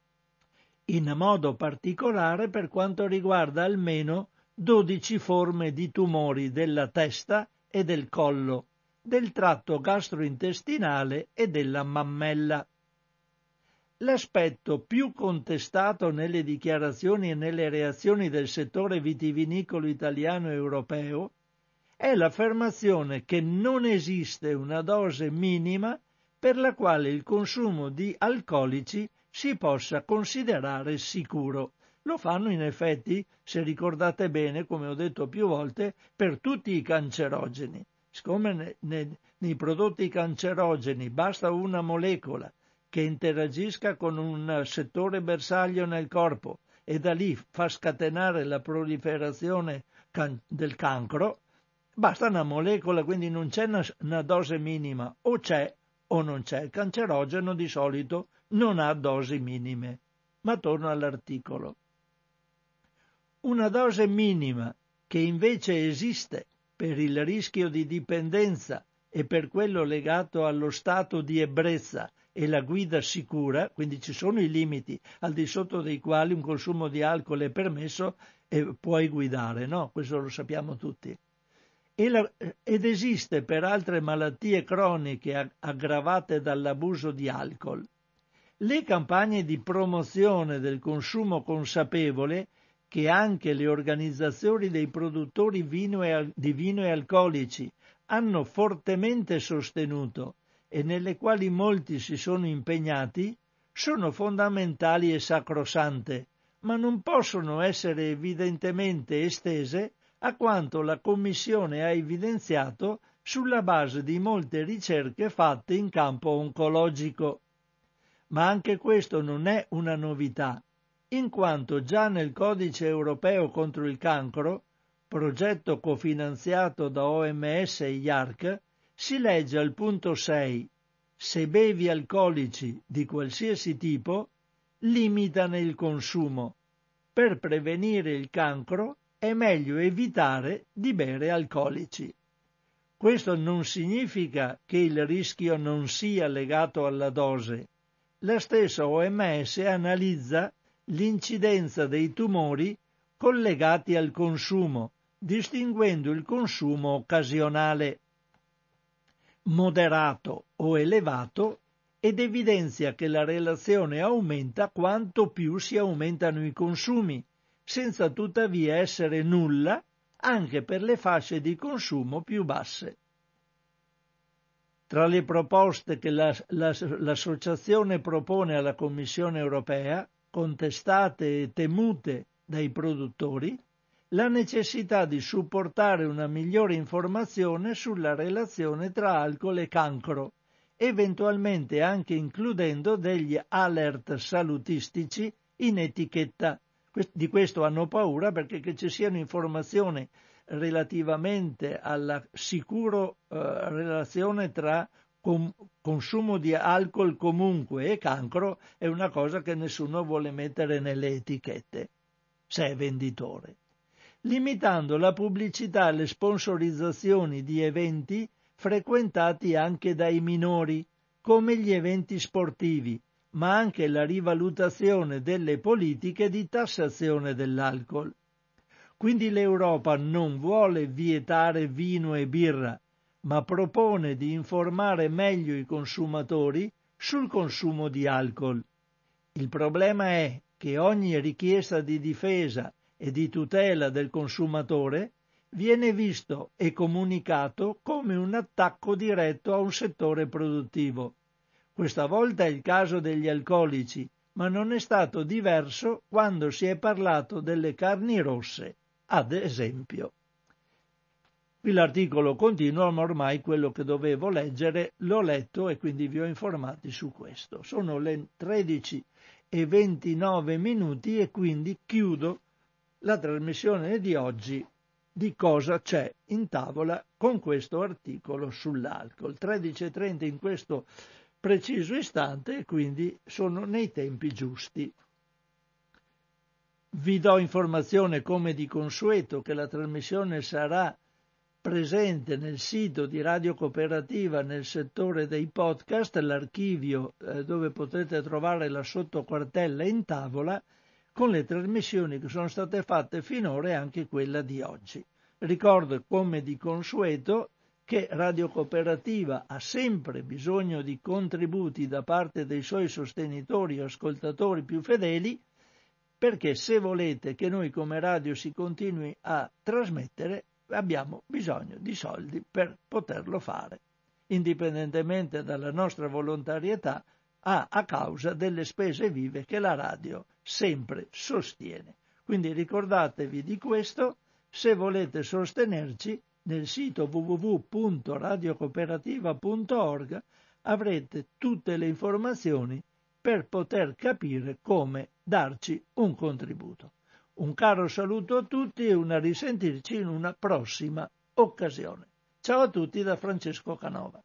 [SPEAKER 1] in modo particolare per quanto riguarda almeno dodici forme di tumori della testa e del collo, del tratto gastrointestinale e della mammella. L'aspetto più contestato nelle dichiarazioni e nelle reazioni del settore vitivinicolo italiano e europeo è l'affermazione che non esiste una dose minima per la quale il consumo di alcolici si possa considerare sicuro. Lo fanno in effetti, se ricordate bene, come ho detto più volte, per tutti i cancerogeni. Siccome ne, ne, nei prodotti cancerogeni basta una molecola che interagisca con un settore bersaglio nel corpo e da lì fa scatenare la proliferazione can- del cancro, basta una molecola, quindi non c'è una, una dose minima, o c'è o non c'è. Il cancerogeno di solito non ha dosi minime. Ma torno all'articolo. Una dose minima che invece esiste per il rischio di dipendenza e per quello legato allo stato di ebbrezza e la guida sicura, quindi ci sono i limiti al di sotto dei quali un consumo di alcol è permesso e puoi guidare, no? Questo lo sappiamo tutti. E la, ed esiste per altre malattie croniche aggravate dall'abuso di alcol. Le campagne di promozione del consumo consapevole che anche le organizzazioni dei produttori vino e, di vino e alcolici hanno fortemente sostenuto e nelle quali molti si sono impegnati, sono fondamentali e sacrosante, ma non possono essere evidentemente estese a quanto la Commissione ha evidenziato sulla base di molte ricerche fatte in campo oncologico. Ma anche questo non è una novità, in quanto già nel Codice europeo contro il cancro, progetto cofinanziato da O M S e I A R C, si legge al punto sei: se bevi alcolici di qualsiasi tipo, limitane il consumo. Per prevenire il cancro è meglio evitare di bere alcolici. Questo non significa che il rischio non sia legato alla dose. La stessa O M S analizza l'incidenza dei tumori collegati al consumo, distinguendo il consumo occasionale, moderato o elevato, ed evidenzia che la relazione aumenta quanto più si aumentano i consumi, senza tuttavia essere nulla anche per le fasce di consumo più basse. Tra le proposte che la, la, l'associazione propone alla Commissione europea, contestate e temute dai produttori, la necessità di supportare una migliore informazione sulla relazione tra alcol e cancro, eventualmente anche includendo degli alert salutistici in etichetta. Di questo hanno paura, perché che ci siano informazioni relativamente alla sicuro eh, relazione tra com- consumo di alcol comunque e cancro è una cosa che nessuno vuole mettere nelle etichette, se è venditore. Limitando la pubblicità alle sponsorizzazioni di eventi frequentati anche dai minori, come gli eventi sportivi, ma anche la rivalutazione delle politiche di tassazione dell'alcol. Quindi l'Europa non vuole vietare vino e birra, ma propone di informare meglio i consumatori sul consumo di alcol. Il problema è che ogni richiesta di difesa e di tutela del consumatore viene visto e comunicato come un attacco diretto a un settore produttivo. Questa volta è il caso degli alcolici, ma non è stato diverso quando si è parlato delle carni rosse, ad esempio. Qui l'articolo continua, ma ormai quello che dovevo leggere l'ho letto e quindi vi ho informati su questo. Sono le tredici e ventinove minuti e quindi chiudo la trasmissione di oggi di Cosa c'è in tavola con questo articolo sull'alcol. tredici e trenta in questo preciso istante e quindi sono nei tempi giusti. Vi do informazione come di consueto che la trasmissione sarà presente nel sito di Radio Cooperativa nel settore dei podcast, l'archivio eh, dove potete trovare la sottocartella in tavola con le trasmissioni che sono state fatte finora e anche quella di oggi. Ricordo come di consueto che Radio Cooperativa ha sempre bisogno di contributi da parte dei suoi sostenitori e ascoltatori più fedeli, perché se volete che noi come radio si continui a trasmettere abbiamo bisogno di soldi per poterlo fare, indipendentemente dalla nostra volontarietà a, a causa delle spese vive che la radio sempre sostiene. Quindi ricordatevi di questo. Se volete sostenerci, nel sito w w w punto radio cooperativa punto org avrete tutte le informazioni per poter capire come darci un contributo. Un caro saluto a tutti e una risentirci in una prossima occasione. Ciao a tutti da Francesco Canova.